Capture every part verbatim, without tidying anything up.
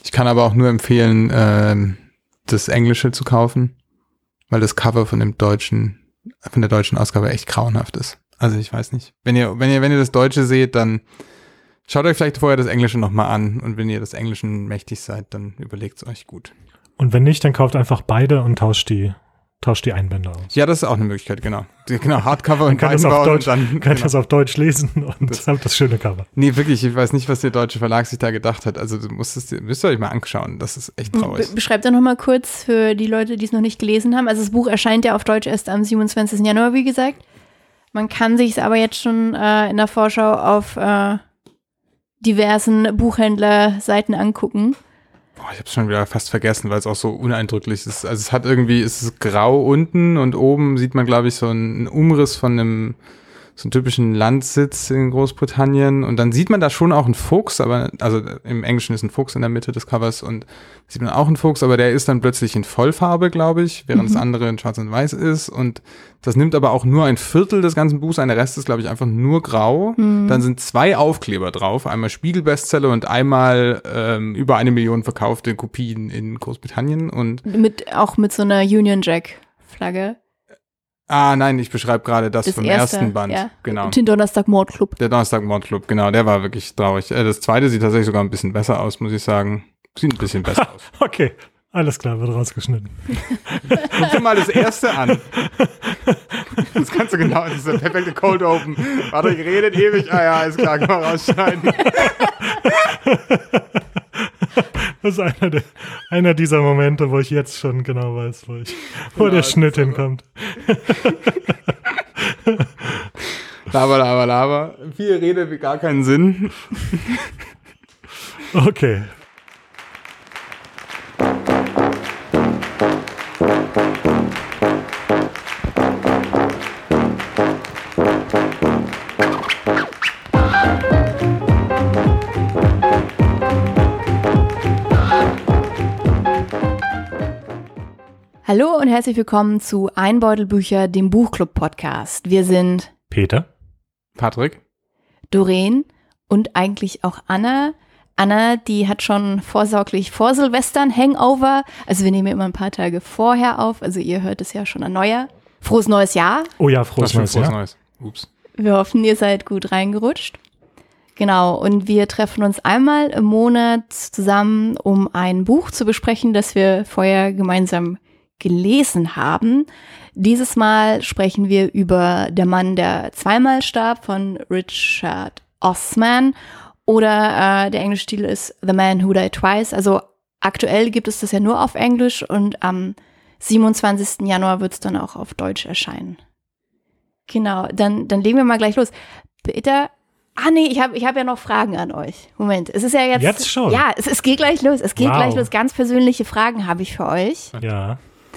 Ich kann aber auch nur empfehlen, äh, das Englische zu kaufen, weil das Cover von dem deutschen, von der deutschen Ausgabe echt grauenhaft ist. Also ich weiß nicht. Wenn ihr, wenn ihr, wenn ihr das Deutsche seht, dann schaut euch vielleicht vorher das Englische nochmal an und wenn ihr das Englischen mächtig seid, dann überlegt es euch gut. Und wenn nicht, dann kauft einfach beide und tauscht die, tauscht die Einbänder aus. Ja, das ist auch eine Möglichkeit, genau. Genau, Hardcover und kann das auf Deutsch, und dann kann genau. das auf Deutsch lesen und das, habt das schöne Cover. Nee, wirklich, ich weiß nicht, was der deutsche Verlag sich da gedacht hat. Also du musst es, müsst ihr euch mal anschauen. Das ist echt traurig. Be- beschreibt doch noch mal kurz für die Leute, die es noch nicht gelesen haben. Also das Buch erscheint ja auf Deutsch erst am siebenundzwanzigsten Januar, wie gesagt. Man kann sich es aber jetzt schon äh, in der Vorschau auf äh, diversen Buchhändlerseiten angucken. Boah, ich hab's schon wieder fast vergessen, weil es auch so uneindrücklich ist. Also es hat irgendwie, es ist grau unten und oben sieht man, glaube ich, so einen Umriss von einem so einen typischen Landsitz in Großbritannien und dann sieht man da schon auch einen Fuchs, aber also im Englischen ist ein Fuchs in der Mitte des Covers und sieht man auch einen Fuchs, aber der ist dann plötzlich in Vollfarbe, glaube ich, während mhm. das andere in Schwarz und Weiß ist und das nimmt aber auch nur ein Viertel des ganzen Buchs ein, der Rest ist, glaube ich, einfach nur grau. Mhm. Dann sind zwei Aufkleber drauf, einmal Spiegel-Bestseller und einmal ähm, über eine Million verkaufte Kopien in Großbritannien und mit auch mit so einer Union Jack-Flagge. Ah, nein, ich beschreibe gerade das, das vom erste, ersten Band. Ja. Genau. Den Donnerstag Mordclub. Der Donnerstag Mordclub, genau, der war wirklich traurig. Das zweite sieht tatsächlich sogar ein bisschen besser aus, muss ich sagen. Sieht ein bisschen besser aus. Okay, alles klar, wird rausgeschnitten. Guck dir mal das erste an. Das kannst du genau, das ist der perfekte Cold Open. Warte, ich redet ewig. Ah ja, ist klar, kann man rausschneiden. Das ist einer, der, einer dieser Momente, wo ich jetzt schon genau weiß, wo, ich, wo genau, der Schnitt hinkommt. Laber, laber, laber. Viel Rede, wie gar keinen Sinn. Okay. Hallo und herzlich willkommen zu Einbeutelbücher, dem Buchclub-Podcast. Wir sind Peter, Patrick, Doreen und eigentlich auch Anna. Anna, die hat schon vorsorglich vor Silvestern Hangover. Also wir nehmen immer ein paar Tage vorher auf. Also ihr hört es ja schon an Neujahr. Frohes neues Jahr. Oh ja, frohes neues Jahr. Neues. Ups. Wir hoffen, ihr seid gut reingerutscht. Genau, und wir treffen uns einmal im Monat zusammen, um ein Buch zu besprechen, das wir vorher gemeinsam gelesen haben. Dieses Mal sprechen wir über Der Mann, der zweimal starb von Richard Osman oder äh, der englische Titel ist The Man Who Died Twice. Also aktuell gibt es das ja nur auf Englisch und am siebenundzwanzigsten Januar wird es dann auch auf Deutsch erscheinen. Genau, dann, dann legen wir mal gleich los. Peter, ah nee, ich habe ich hab ja noch Fragen an euch. Moment, es ist ja jetzt... Jetzt schon? Ja, es, es geht gleich los. Es geht wow. gleich los. Ganz persönliche Fragen habe ich für euch. Ja.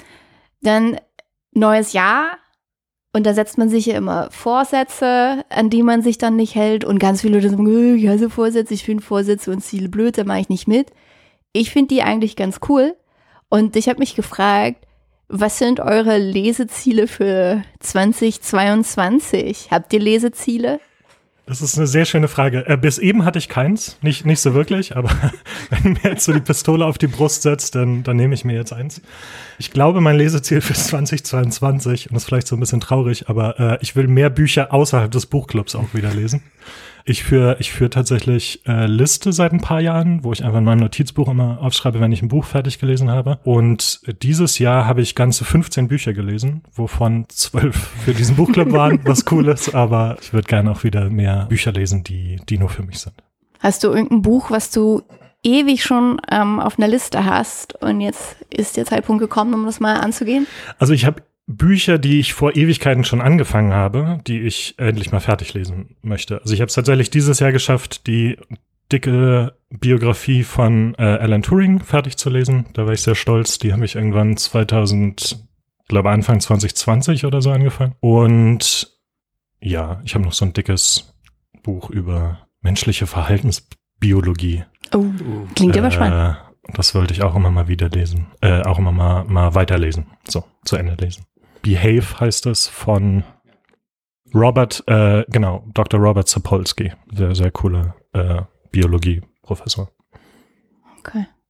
Dann neues Jahr und da setzt man sich ja immer Vorsätze, an die man sich dann nicht hält und ganz viele Leute sagen, ich hasse Vorsätze, ich finde Vorsätze und Ziele blöd, da mache ich nicht mit. Ich finde die eigentlich ganz cool und ich habe mich gefragt, was sind eure Leseziele für zweitausendzweiundzwanzig? Habt ihr Leseziele? Das ist eine sehr schöne Frage. Äh, bis eben hatte ich keins, nicht, nicht so wirklich, aber wenn mir jetzt so die Pistole auf die Brust setzt, dann, dann nehme ich mir jetzt eins. Ich glaube, mein Leseziel für zweitausendzweiundzwanzig, und das ist vielleicht so ein bisschen traurig, aber äh, ich will mehr Bücher außerhalb des Buchclubs auch wieder lesen. Ich führe ich führe tatsächlich äh, Liste seit ein paar Jahren, wo ich einfach in meinem Notizbuch immer aufschreibe, wenn ich ein Buch fertig gelesen habe. Und dieses Jahr habe ich ganze fünfzehn Bücher gelesen, wovon zwölf für diesen Buchclub waren, was cool ist. Aber ich würde gerne auch wieder mehr Bücher lesen, die die nur für mich sind. Hast du irgendein Buch, was du ewig schon ähm, auf einer Liste hast und jetzt ist der Zeitpunkt gekommen, um das mal anzugehen? Also ich habe Bücher, die ich vor Ewigkeiten schon angefangen habe, die ich endlich mal fertig lesen möchte. Also ich habe es tatsächlich dieses Jahr geschafft, die dicke Biografie von äh, Alan Turing fertig zu lesen. Da war ich sehr stolz. Die habe ich irgendwann zweitausend, ich glaube Anfang zwanzig zwanzig oder so angefangen. Und ja, ich habe noch so ein dickes Buch über menschliche Verhaltensbiologie. Oh, klingt aber äh, spannend. Das wollte ich auch immer mal wieder lesen. Äh, auch immer mal, mal weiterlesen. So, zu Ende lesen. Behave heißt es von Robert, äh, genau, Doktor Robert Sapolsky. Sehr, sehr cooler äh, Biologie-Professor. Okay.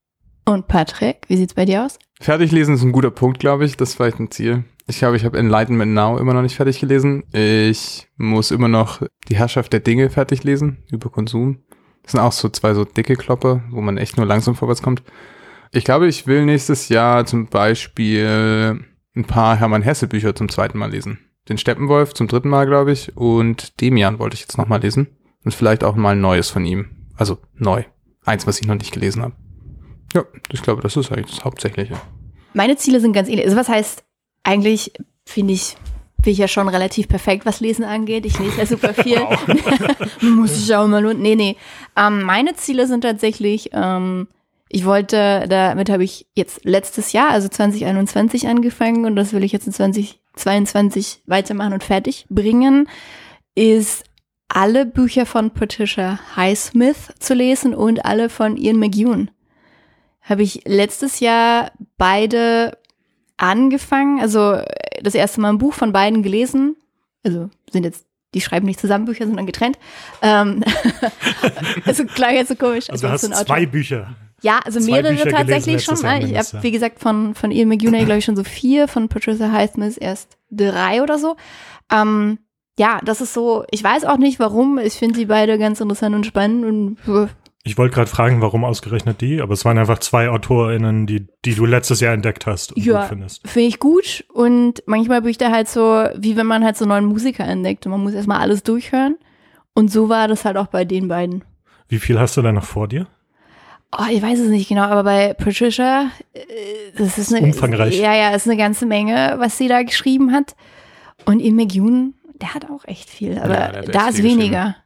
Und Patrick, wie sieht's bei dir aus? Fertig lesen ist ein guter Punkt, glaube ich. Das ist vielleicht ein Ziel. Ich glaube, ich habe Enlightenment Now immer noch nicht fertig gelesen. Ich muss immer noch Die Herrschaft der Dinge fertig lesen, über Konsum. Das sind auch so zwei so dicke Klopper, wo man echt nur langsam vorwärts kommt. Ich glaube, ich will nächstes Jahr zum Beispiel ein paar Hermann Hesse Bücher zum zweiten Mal lesen. Den Steppenwolf zum dritten Mal, glaube ich, und Demian wollte ich jetzt nochmal lesen. Und vielleicht auch mal ein neues von ihm. Also neu. Eins, was ich noch nicht gelesen habe. Ja, ich glaube, das ist eigentlich das Hauptsächliche. Meine Ziele sind ganz ähnlich. Also was heißt, eigentlich finde ich, bin ich ja schon relativ perfekt, was Lesen angeht. Ich lese ja super viel. Muss ich auch mal lohnen. Nee, nee. Ähm, meine Ziele sind tatsächlich, ähm, ich wollte, damit habe ich jetzt letztes Jahr, also zwanzig einundzwanzig angefangen und das will ich jetzt in zwanzig zweiundzwanzig weitermachen und fertig bringen, ist alle Bücher von Patricia Highsmith zu lesen und alle von Ian McEwan. Habe ich letztes Jahr beide angefangen, also das erste Mal ein Buch von beiden gelesen, also sind jetzt, die schreiben nicht zusammen Bücher, sondern getrennt. Ähm, also klar, jetzt so komisch. Also, also hast so zwei Bücher. Ja, also zwei mehrere Bücher tatsächlich schon. Jahr Ich habe, wie gesagt, von, von Ian McEwan, glaube ich, schon so vier, von Patricia Highsmith erst drei oder so. Ähm, ja, das ist so, ich weiß auch nicht warum, ich finde die beide ganz interessant und spannend und ich wollte gerade fragen, warum ausgerechnet die, aber es waren einfach zwei AutorInnen, die, die du letztes Jahr entdeckt hast und ja, gut findest. Finde ich gut und manchmal bin ich da halt so, wie wenn man halt so einen neuen Musiker entdeckt und man muss erstmal alles durchhören und so war das halt auch bei den beiden. Wie viel hast du da noch vor dir? Oh, ich weiß es nicht genau, aber bei Patricia, das ist eine, umfangreich. Ja, ja, ist eine ganze Menge, was sie da geschrieben hat und Ian McEwan, der hat auch echt viel, aber ja, da ist weniger.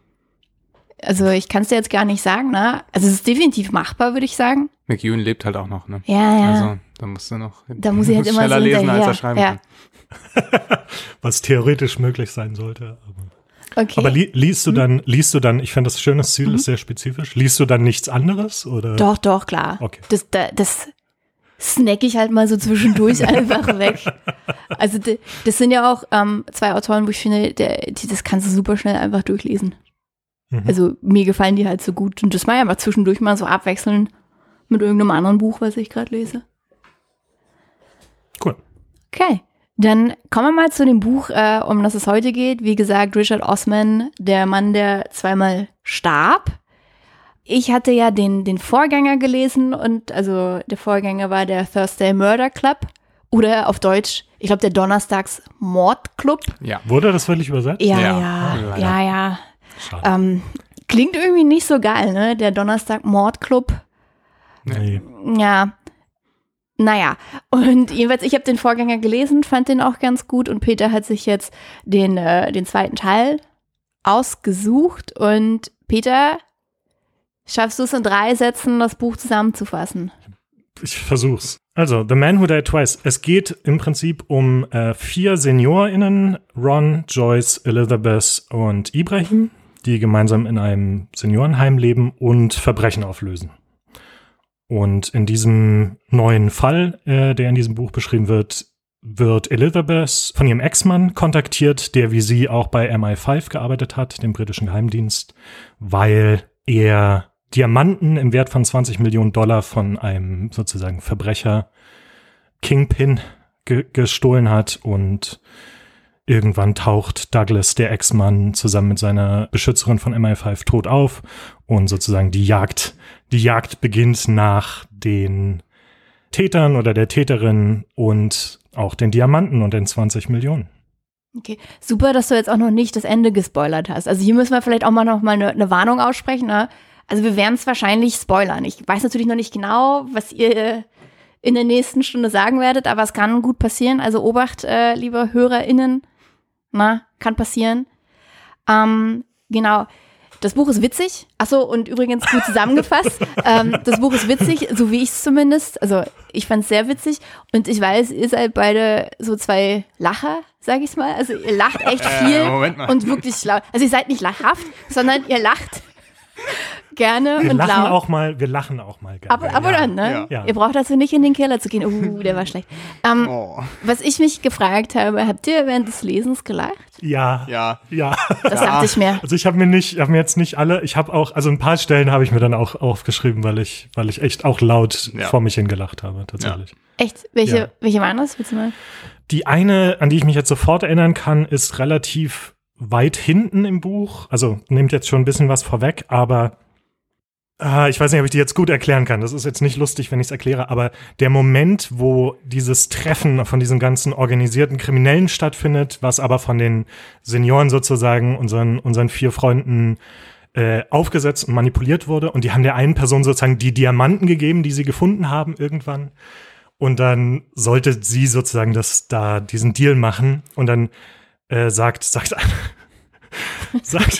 Also ich kann es dir jetzt gar nicht sagen, ne? Also es ist definitiv machbar, würde ich sagen. McEwan lebt halt auch noch, ne? Ja, ja. Also da musst du noch da muss ich halt immer schneller so lesen, hinterher. als er schreiben ja. kann. Was theoretisch möglich sein sollte. Aber, okay. aber li- liest du dann, liest du dann, ich finde das schönes Ziel, mhm. ist sehr spezifisch, liest du dann nichts anderes? Oder? Doch, doch, klar. Okay. Das, das, das snack ich halt mal so zwischendurch einfach weg. Also die, das sind ja auch ähm, zwei Autoren, wo ich finde, der, die, das kannst du super schnell einfach durchlesen. Also mir gefallen die halt so gut. Und das mal einfach zwischendurch mal so abwechseln mit irgendeinem anderen Buch, was ich gerade lese. Cool. Okay, dann kommen wir mal zu dem Buch, äh, um das es heute geht. Wie gesagt, Richard Osman, der Mann, der zweimal starb. Ich hatte ja den, den Vorgänger gelesen und also der Vorgänger war der Thursday Murder Club oder auf Deutsch, ich glaube der Donnerstags Mordclub. Ja. Wurde das wirklich übersetzt? Ja, Ja. ja, Ja. ja, ja. Schade. Ähm, klingt irgendwie nicht so geil, ne? Der Donnerstag Mordclub. Nee. Ja. Naja. Und jedenfalls, ich habe den Vorgänger gelesen, fand den auch ganz gut und Peter hat sich jetzt den, äh, den zweiten Teil ausgesucht. Und Peter, schaffst du es in drei Sätzen, das Buch zusammenzufassen? Ich versuch's. Also, The Man Who Died Twice. Es geht im Prinzip um äh, vier SeniorInnen, Ron, Joyce, Elizabeth und Ibrahim, die gemeinsam in einem Seniorenheim leben und Verbrechen auflösen. Und in diesem neuen Fall, äh, der in diesem Buch beschrieben wird, wird Elizabeth von ihrem Ex-Mann kontaktiert, der wie sie auch bei M I fünf gearbeitet hat, dem britischen Geheimdienst, weil er Diamanten im Wert von zwanzig Millionen Dollar von einem sozusagen Verbrecher Kingpin ge- gestohlen hat und irgendwann taucht Douglas, der Ex-Mann, zusammen mit seiner Beschützerin von M I fünf tot auf und sozusagen die Jagd, die Jagd beginnt nach den Tätern oder der Täterin und auch den Diamanten und den zwanzig Millionen. Okay, super, dass du jetzt auch noch nicht das Ende gespoilert hast. Also hier müssen wir vielleicht auch mal noch mal eine, eine Warnung aussprechen, ne? Also wir werden es wahrscheinlich spoilern. Ich weiß natürlich noch nicht genau, was ihr in der nächsten Stunde sagen werdet, aber es kann gut passieren. Also Obacht, äh, liebe HörerInnen, na, kann passieren. Ähm, genau. Das Buch ist witzig. Achso, und übrigens gut zusammengefasst. ähm, das Buch ist witzig, so wie ich es zumindest. Also ich fand es sehr witzig. Und ich weiß, ihr seid beide so zwei Lacher, sag ich's mal. Also ihr lacht echt viel äh, Moment mal. und wirklich laut. Also ihr seid nicht lachhaft, sondern ihr lacht Gerne Wir und lachen laut. auch mal, wir lachen auch mal gerne. Aber, aber ja. dann, ne? Ja. Ihr braucht dazu nicht in den Keller zu gehen. Uh, der war schlecht. Ähm, Oh. Was ich mich gefragt habe, habt ihr während des Lesens gelacht? Ja, Ja. ja. Das dachte ich mir. Also ich habe mir nicht, habe mir jetzt nicht alle, ich habe auch, also ein paar Stellen habe ich mir dann auch aufgeschrieben, weil ich, weil ich echt auch laut Ja. vor mich hingelacht habe, tatsächlich. Echt? Welche, Ja. welche waren das? Willst du mal? Die eine, an die ich mich jetzt sofort erinnern kann, ist relativ weit hinten im Buch. Also nimmt jetzt schon ein bisschen was vorweg, aber äh, ich weiß nicht, ob ich die jetzt gut erklären kann. Das ist jetzt nicht lustig, wenn ich es erkläre, aber der Moment, wo dieses Treffen von diesen ganzen organisierten Kriminellen stattfindet, was aber von den Senioren sozusagen, unseren, unseren vier Freunden äh, aufgesetzt und manipuliert wurde. Und die haben der einen Person sozusagen die Diamanten gegeben, die sie gefunden haben irgendwann. Und dann sollte sie sozusagen das da diesen Deal machen. Und dann äh, sagt, sagt, sagt,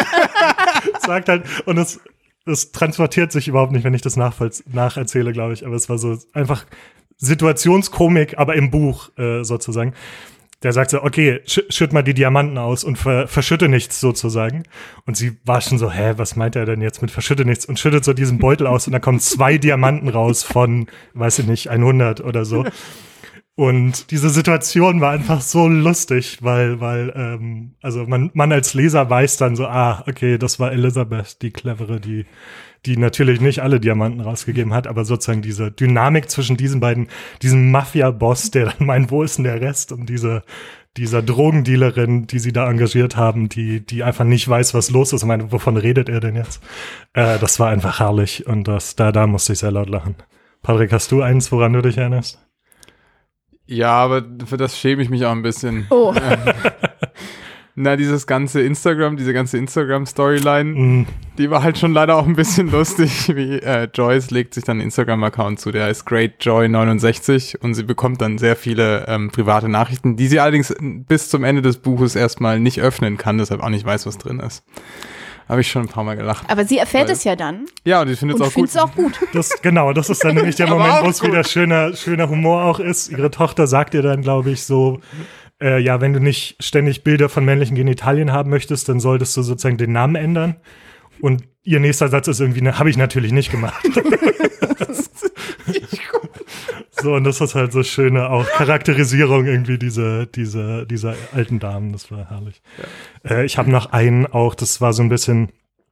sagt halt, und es, es transportiert sich überhaupt nicht, wenn ich das nachvollz- nacherzähle, glaube ich. Aber es war so einfach Situationskomik, aber im Buch äh, sozusagen. Der sagt so, okay, sch- schütt mal die Diamanten aus und ver- verschütte nichts sozusagen. Und sie war schon so, hä, was meint er denn jetzt mit verschütte nichts? Und schüttet so diesen Beutel aus und da kommen zwei Diamanten raus von, weiß ich nicht, hundert oder so. Und diese Situation war einfach so lustig, weil, weil, ähm, also man, man als Leser weiß dann so, ah, okay, das war Elizabeth, die Clevere, die, die natürlich nicht alle Diamanten rausgegeben hat, aber sozusagen diese Dynamik zwischen diesen beiden, diesem Mafia-Boss, der dann meint, wo ist denn der Rest? Und diese, dieser Drogendealerin, die sie da engagiert haben, die, die einfach nicht weiß, was los ist. Ich meine, wovon redet er denn jetzt? Äh, das war einfach herrlich und das, da, da musste ich sehr laut lachen. Patrick, hast du eins, woran du dich erinnerst? Ja, aber für das schäme ich mich auch ein bisschen. Oh. Na, dieses ganze Instagram, diese ganze Instagram-Storyline, Mm, die war halt schon leider auch ein bisschen lustig, wie äh, Joyce legt sich dann einen Instagram-Account zu, der heißt greatjoy neunundsechzig und sie bekommt dann sehr viele ähm, private Nachrichten, die sie allerdings bis zum Ende des Buches erstmal nicht öffnen kann, deshalb auch nicht weiß, was drin ist. Habe ich schon ein paar Mal gelacht. Aber sie erfährt Weil- es ja dann Ja, und ich finde es und auch gut. findet es auch gut. das, genau, das ist dann nämlich der Aber Moment, auch wo es gut. wieder schöner, schöner Humor auch ist. Ihre Tochter sagt ihr dann, glaube ich, so, äh, ja, wenn du nicht ständig Bilder von männlichen Genitalien haben möchtest, dann solltest du sozusagen den Namen ändern. Und ihr nächster Satz ist irgendwie, ne, habe ich natürlich nicht gemacht. So, und das ist halt so schöne auch Charakterisierung irgendwie diese, diese, dieser alten Damen. Das war herrlich. Ja. Äh, ich habe noch einen auch, das war so ein bisschen,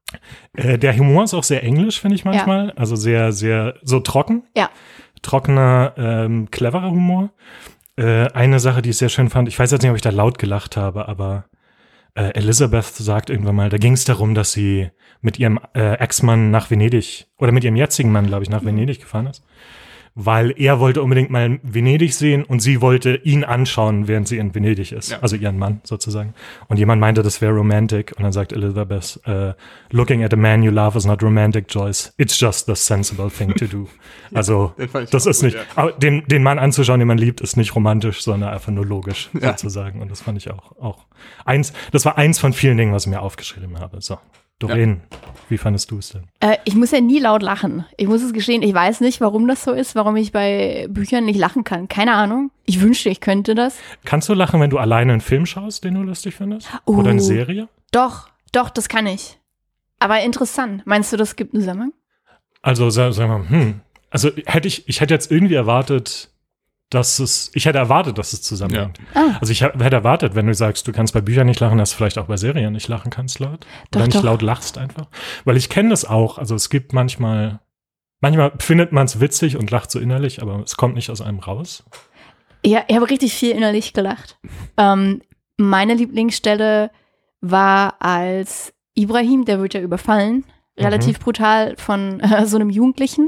äh, der Humor ist auch sehr englisch, finde ich manchmal. Ja. Also sehr, sehr, so trocken. Ja. Trockener, ähm, cleverer Humor. Äh, eine Sache, die ich sehr schön fand, ich weiß jetzt nicht, ob ich da laut gelacht habe, aber äh, Elizabeth sagt irgendwann mal, da ging es darum, dass sie mit ihrem äh, Ex-Mann nach Venedig, oder mit ihrem jetzigen Mann, glaube ich, nach Venedig gefahren ist. Weil er wollte unbedingt mal Venedig sehen und sie wollte ihn anschauen, während sie in Venedig ist. Ja. Also ihren Mann sozusagen. Und jemand meinte, das wäre romantic. Und dann sagt Elizabeth, uh, looking at a man you love is not romantic, Joyce. It's just the sensible thing to do. Ja, also das ist gut, nicht, ja. aber den, den Mann anzuschauen, den man liebt, ist nicht romantisch, sondern einfach nur logisch ja. sozusagen. Und das fand ich auch, auch eins, das war eins von vielen Dingen, was ich mir aufgeschrieben habe. So. Doreen, ja. Wie fandest du es denn? Äh, ich muss ja nie laut lachen. Ich muss es gestehen, ich weiß nicht, warum das so ist, warum ich bei Büchern nicht lachen kann. Keine Ahnung. Ich wünschte, ich könnte das. Kannst du lachen, wenn du alleine einen Film schaust, den du lustig findest? Uh, Oder eine Serie? Doch, doch, das kann ich. Aber interessant. Meinst du, das gibt einen Zusammenhang? Also, sagen wir mal, hm. Also, hätte ich, ich hätte jetzt irgendwie erwartet, dass es, ich hätte erwartet, dass es zusammenhängt. Ja. Ah. Also ich hätte erwartet, wenn du sagst, du kannst bei Büchern nicht lachen, dass du vielleicht auch bei Serien nicht lachen kannst laut. Doch, oder nicht doch. laut lachst einfach. Weil ich kenne das auch. Also es gibt manchmal, manchmal findet man es witzig und lacht so innerlich, aber es kommt nicht aus einem raus. Ja, ich habe richtig viel innerlich gelacht. Ähm, meine Lieblingsstelle war, als Ibrahim, der wird ja überfallen, relativ mhm. brutal von äh, so einem Jugendlichen.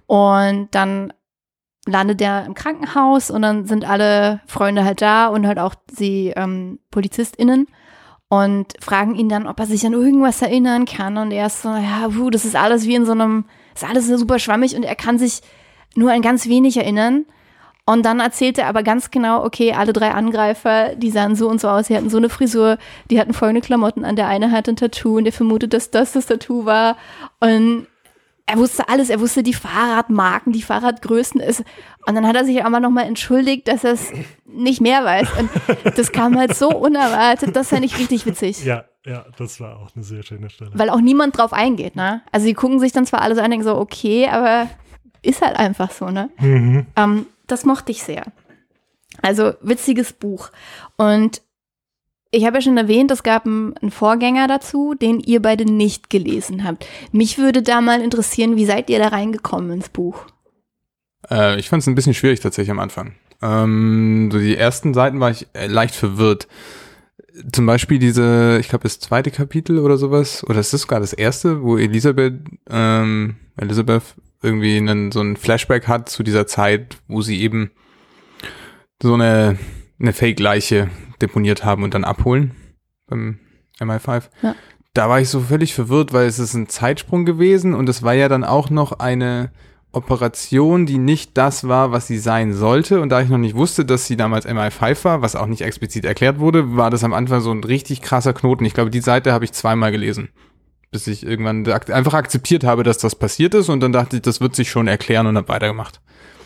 Und dann landet der im Krankenhaus und dann sind alle Freunde halt da und halt auch die ähm, PolizistInnen und fragen ihn dann, ob er sich an irgendwas erinnern kann und er ist so, ja, puh, das ist alles wie in so einem, das ist alles super schwammig und er kann sich nur an ganz wenig erinnern und dann erzählt er aber ganz genau, okay, alle drei Angreifer, die sahen so und so aus, die hatten so eine Frisur, die hatten folgende Klamotten an, der eine hatte ein Tattoo und der vermutet, dass das das Tattoo war und er wusste alles, er wusste die Fahrradmarken, die Fahrradgrößen. Ist. Und dann hat er sich auch mal nochmal entschuldigt, dass er es nicht mehr weiß. Und das kam halt so unerwartet, das fand ich richtig witzig. Ja, Ja, das war auch eine sehr schöne Stelle. Weil auch niemand drauf eingeht, ne? Also die gucken sich dann zwar alle so an und denken so, okay, aber ist halt einfach so, ne? Mhm. Ähm, das mochte ich sehr. Also witziges Buch. Und ich habe ja schon erwähnt, es gab einen, einen Vorgänger dazu, den ihr beide nicht gelesen habt. Mich würde da mal interessieren, wie seid ihr da reingekommen ins Buch? Äh, ich fand es ein bisschen schwierig tatsächlich am Anfang. Ähm, so die ersten Seiten war ich äh, leicht verwirrt. Zum Beispiel diese, ich glaube das zweite Kapitel oder sowas, oder es ist sogar das erste, wo Elisabeth, ähm, Elizabeth irgendwie einen, so ein Flashback hat zu dieser Zeit, wo sie eben so eine, eine Fake-Leiche deponiert haben und dann abholen beim M I fünf. Ja. Da war ich so völlig verwirrt, weil es ist ein Zeitsprung gewesen und es war ja dann auch noch eine Operation, die nicht das war, was sie sein sollte. Und da ich noch nicht wusste, dass sie damals M I fünf war, was auch nicht explizit erklärt wurde, war das am Anfang so ein richtig krasser Knoten. Ich glaube, die Seite habe ich zweimal gelesen, bis ich irgendwann einfach akzeptiert habe, dass das passiert ist und dann dachte ich, das wird sich schon erklären und habe weitergemacht.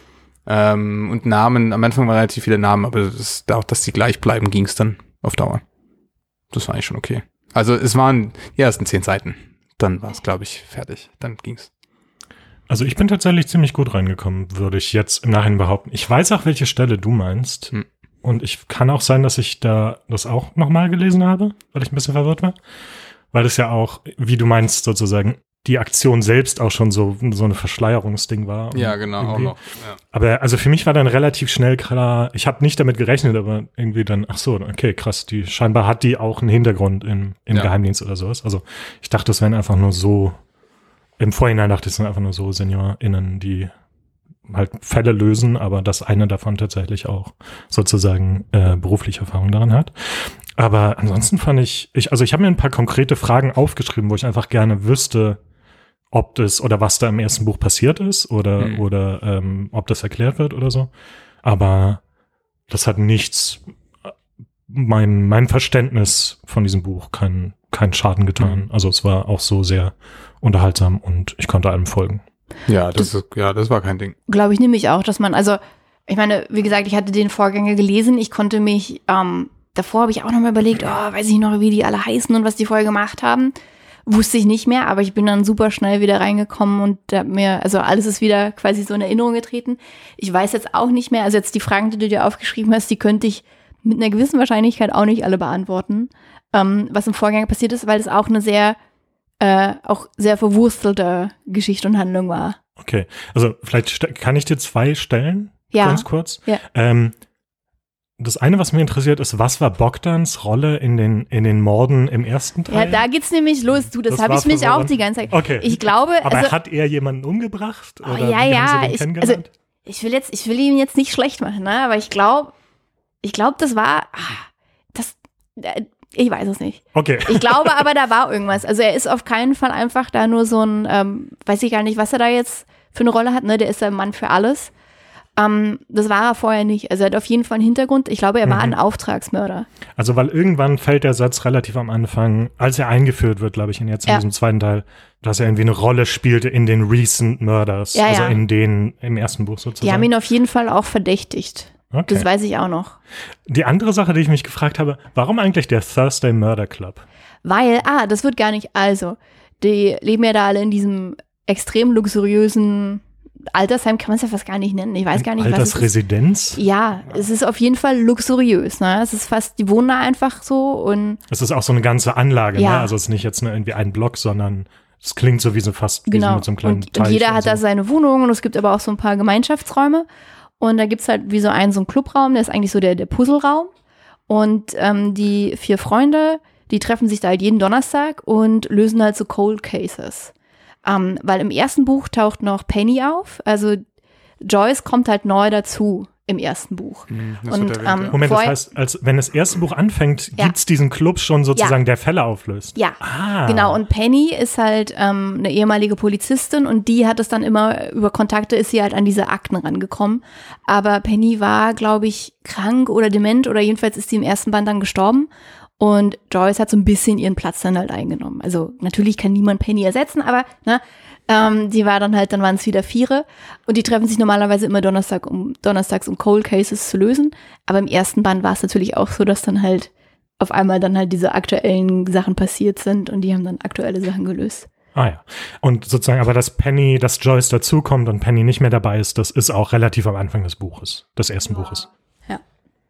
Ähm, und Namen, am Anfang waren relativ viele Namen, aber das, auch, dass die gleich bleiben, ging es dann auf Dauer. Das war eigentlich schon okay. Also es waren die ersten zehn Seiten. Dann war es, glaube ich, fertig. Dann ging's. Also ich bin tatsächlich ziemlich gut reingekommen, würde ich jetzt im Nachhinein behaupten. Ich weiß auch, welche Stelle du meinst. Hm. Und ich kann auch sein, dass ich da das auch nochmal gelesen habe, weil ich ein bisschen verwirrt war. Weil es ja auch, wie du meinst, sozusagen die Aktion selbst auch schon so, so eine Verschleierungsding war. Ja, genau, irgendwie. auch noch. Ja. Aber also für mich war dann relativ schnell klar, ich habe nicht damit gerechnet, aber irgendwie dann, ach so, okay, krass, die scheinbar hat die auch einen Hintergrund im, im Ja. Geheimdienst oder sowas. Also ich dachte, das wären einfach nur so, im Vorhinein dachte ich, es sind einfach nur so SeniorInnen, die halt Fälle lösen, aber dass einer davon tatsächlich auch sozusagen äh, berufliche Erfahrung daran hat. Aber ansonsten fand ich, ich also ich habe mir ein paar konkrete Fragen aufgeschrieben, wo ich einfach gerne wüsste, ob das oder was da im ersten Buch passiert ist oder Mhm. oder ähm, ob das erklärt wird oder so. Aber das hat nichts, mein mein Verständnis von diesem Buch keinen keinen Schaden getan. Mhm. Also es war auch so sehr unterhaltsam und ich konnte allem folgen. Ja, das, ist, ja, das war kein Ding. Glaube ich nämlich auch, dass man, also ich meine, wie gesagt, ich hatte den Vorgänger gelesen, ich konnte mich, ähm, davor habe ich auch noch mal überlegt, oh, weiß ich noch, wie die alle heißen und was die vorher gemacht haben. Wusste ich nicht mehr, aber ich bin dann super schnell wieder reingekommen und hab mir, also alles ist wieder quasi so in Erinnerung getreten. Ich weiß jetzt auch nicht mehr, also jetzt die Fragen, die du dir aufgeschrieben hast, die könnte ich mit einer gewissen Wahrscheinlichkeit auch nicht alle beantworten, ähm, was im Vorgänger passiert ist, weil es auch eine sehr, äh, auch sehr verwurstelte Geschichte und Handlung war. Okay, also vielleicht st- kann ich dir zwei stellen, Ja. ganz kurz. Ja. Ähm, das eine, was mich interessiert, ist, was war Bogdans Rolle in den, in den Morden im ersten Ja, Teil? da geht's nämlich los. Du, das, Das habe war ich mich auch verwirrend. die ganze Zeit. Okay. Ich glaube, Aber also, hat er jemanden umgebracht? Oh, Oder ja, wie ja, haben Sie den ich- kennengelernt? ich will jetzt, ich will ihn jetzt nicht schlecht machen, ne? Aber ich glaube, ich glaube, das war, ah, das, äh, ich weiß es nicht. Okay. Ich glaube aber, da war irgendwas. Also er ist auf keinen Fall einfach da nur so ein, ähm, weiß ich gar nicht, was er da jetzt für eine Rolle hat, ne? Der ist der Mann für alles. Ähm, das war er vorher nicht. Also er hat auf jeden Fall einen Hintergrund. Ich glaube, er war Mhm. ein Auftragsmörder. Also, weil irgendwann fällt der Satz relativ am Anfang, als er eingeführt wird, glaube ich, in jetzt in Ja. diesem zweiten Teil, dass er irgendwie eine Rolle spielte in den Recent Murders. Ja, also ja. in den, im ersten Buch sozusagen. Die haben ihn auf jeden Fall auch verdächtigt. Okay. Das weiß ich auch noch. Die andere Sache, die ich mich gefragt habe, warum eigentlich der Thursday Murder Club? Weil, ah, das wird gar nicht, also, die leben ja da alle in diesem extrem luxuriösen Altersheim, kann man es ja fast gar nicht nennen. Ich weiß gar nicht, was es ist. Altersresidenz? Ja, es ist auf jeden Fall luxuriös, ne? Es ist fast, die wohnen da einfach so und Es ist auch so eine ganze Anlage, Ja. ne? Also es ist nicht jetzt nur irgendwie ein Block, sondern es klingt so wie so fast wie so genau. mit so einem kleinen und, Teich. und jeder hat so. da seine Wohnung und es gibt aber auch so ein paar Gemeinschaftsräume. Und da gibt's halt wie so einen, so einen Clubraum, der ist eigentlich so der, der Puzzleraum. Und ähm, die vier Freunde, die treffen sich da halt jeden Donnerstag und lösen halt so Cold Cases. Ähm, weil im ersten Buch taucht noch Penny auf. Also Joyce kommt halt neu dazu im ersten Buch. Hm, das Und, wird erwähnt, ähm, ja. Moment, das vorher- heißt, als wenn das erste Buch anfängt, Ja. gibt's diesen Club schon sozusagen, der Fälle auflöst. Ja, Ah. genau. Und Penny ist halt ähm, eine ehemalige Polizistin und die hat es dann immer, über Kontakte ist sie halt an diese Akten rangekommen. Aber Penny war, glaube ich, krank oder dement oder jedenfalls ist sie im ersten Band dann gestorben. Und Joyce hat so ein bisschen ihren Platz dann halt eingenommen. Also natürlich kann niemand Penny ersetzen, aber ne, ähm, die war dann halt, dann waren es wieder Viere. Und die treffen sich normalerweise immer Donnerstag, um, donnerstags, um Cold Cases zu lösen. Aber im ersten Band war es natürlich auch so, dass dann halt auf einmal dann halt diese aktuellen Sachen passiert sind und die haben dann aktuelle Sachen gelöst. Ah ja. Und sozusagen, aber dass Penny, dass Joyce dazukommt und Penny nicht mehr dabei ist, das ist auch relativ am Anfang des Buches, des ersten Buches. Ja.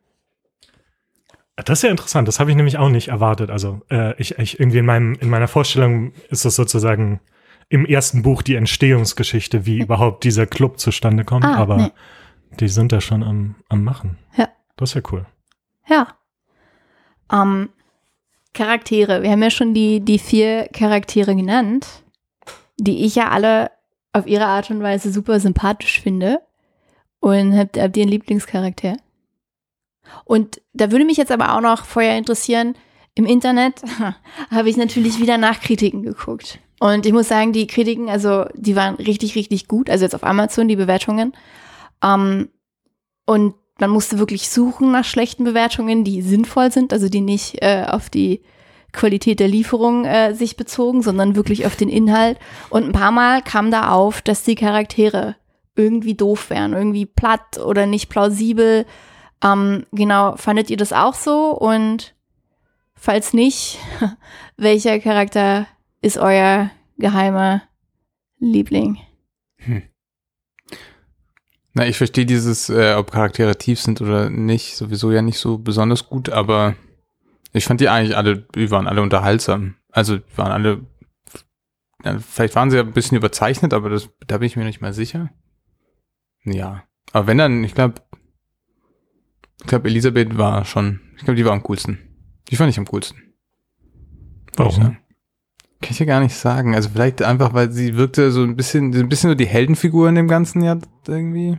Das ist ja interessant, das habe ich nämlich auch nicht erwartet. Also äh, ich, ich irgendwie in meinem, in meiner Vorstellung ist das sozusagen im ersten Buch die Entstehungsgeschichte, wie überhaupt dieser Club zustande kommt, Ah, aber nee. die sind da schon am, am Machen. Ja. Das ist ja cool. Ja. Ähm, Charaktere. Wir haben ja schon die, die vier Charaktere genannt, die ich ja alle auf ihre Art und Weise super sympathisch finde. Und habt, habt ihr einen Lieblingscharakter? Und da würde mich jetzt aber auch noch vorher interessieren, im Internet habe ich natürlich wieder nach Kritiken geguckt. Und ich muss sagen, die Kritiken, also die waren richtig, richtig gut. Also jetzt auf Amazon, die Bewertungen. Ähm, und man musste wirklich suchen nach schlechten Bewertungen, die sinnvoll sind, also die nicht äh, auf die Qualität der Lieferung äh, sich bezogen, sondern wirklich auf den Inhalt. Und ein paar Mal kam da auf, dass die Charaktere irgendwie doof wären, irgendwie platt oder nicht plausibel. Ähm, genau, fandet ihr das auch so? Und falls nicht, welcher Charakter ist euer geheimer Liebling? Hm. Na, ich verstehe dieses, äh, ob Charaktere tief sind oder nicht, sowieso ja nicht so besonders gut, aber ich fand die eigentlich alle, die waren alle unterhaltsam. Also, die waren alle, ja, vielleicht waren sie ja ein bisschen überzeichnet, aber das, da bin ich mir nicht mal sicher. Ja, aber wenn dann, ich glaube, ich glaube, Elisabeth war schon, ich glaube, die war am coolsten. Die fand ich am coolsten. Warum? Kann ich ja gar nicht sagen. Also vielleicht einfach, weil sie wirkte so ein bisschen, so ein bisschen so die Heldenfigur in dem ganzen Jahr irgendwie.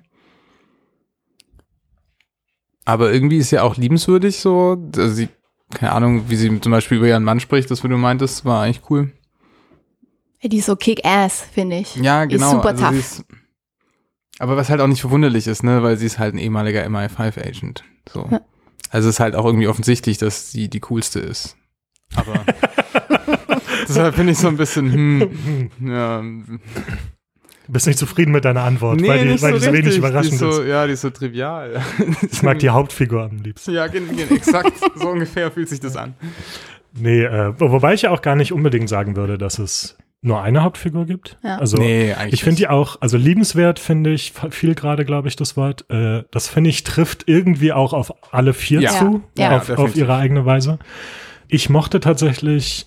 Aber irgendwie ist sie auch liebenswürdig so. Also sie, keine Ahnung, wie sie zum Beispiel über ihren Mann spricht, das, wie du meintest, war eigentlich cool. Die ist so kick-ass, finde ich. Ja, genau. Die ist super also tough. sie ist, aber was halt auch nicht verwunderlich ist, ne, weil sie ist halt ein ehemaliger M I fünf Agent. So. Ja. Also es ist halt auch irgendwie offensichtlich, dass sie die coolste ist. Aber deshalb finde ich so ein bisschen, hm, ja. Du bist nicht zufrieden mit deiner Antwort, Nee, weil die, nicht weil so die so wenig richtig. überraschend die ist. So, ist. ja, die ist so trivial. Ich mag die Hauptfigur am liebsten. Ja, gen, gen, exakt. So ungefähr fühlt sich das an. Nee, äh, wobei ich ja auch gar nicht unbedingt sagen würde, dass es nur eine Hauptfigur gibt. Ja. Also Nee, eigentlich ich finde die nicht. auch, also liebenswert finde ich, viel gerade, glaube ich, das Wort. Äh, das finde ich, trifft irgendwie auch auf alle vier Ja. zu, Ja, ja. auf, Ja, auf definitiv. ihre eigene Weise. Ich mochte tatsächlich,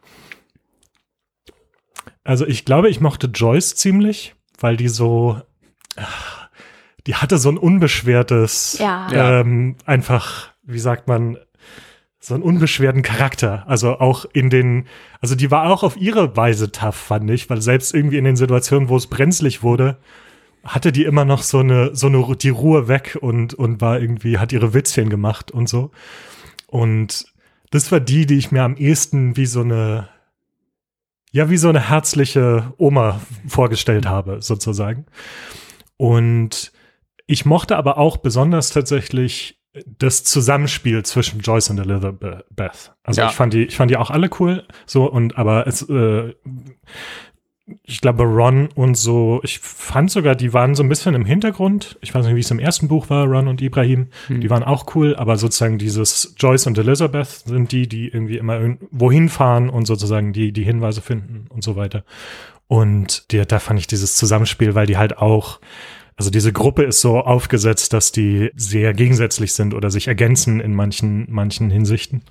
also ich glaube, ich mochte Joyce ziemlich, weil die so, ach, die hatte so ein unbeschwertes, Ja. Ja. ähm, einfach, wie sagt man, so einen unbeschwerten Charakter. Also auch in den, also die war auch auf ihre Weise tough, fand ich, weil selbst irgendwie in den Situationen, wo es brenzlig wurde, hatte die immer noch so eine, so eine, die Ruhe weg und, und war irgendwie, hat ihre Witzchen gemacht und so. Und das war die, die ich mir am ehesten wie so eine, ja, wie so eine herzliche Oma vorgestellt habe, sozusagen. Und ich mochte aber auch besonders tatsächlich das Zusammenspiel zwischen Joyce und Elizabeth. Also Ja. ich fand die, ich fand die auch alle cool, so, und aber es, äh, ich glaube Ron und so, ich fand sogar, die waren so ein bisschen im Hintergrund. Ich weiß nicht, wie es im ersten Buch war, Ron und Ibrahim. Hm. Die waren auch cool, aber sozusagen dieses Joyce und Elizabeth sind die, die irgendwie immer wohin fahren und sozusagen die, die Hinweise finden und so weiter. Und die, da fand ich dieses Zusammenspiel, weil die halt auch, also diese Gruppe ist so aufgesetzt, dass die sehr gegensätzlich sind oder sich ergänzen in manchen, manchen Hinsichten.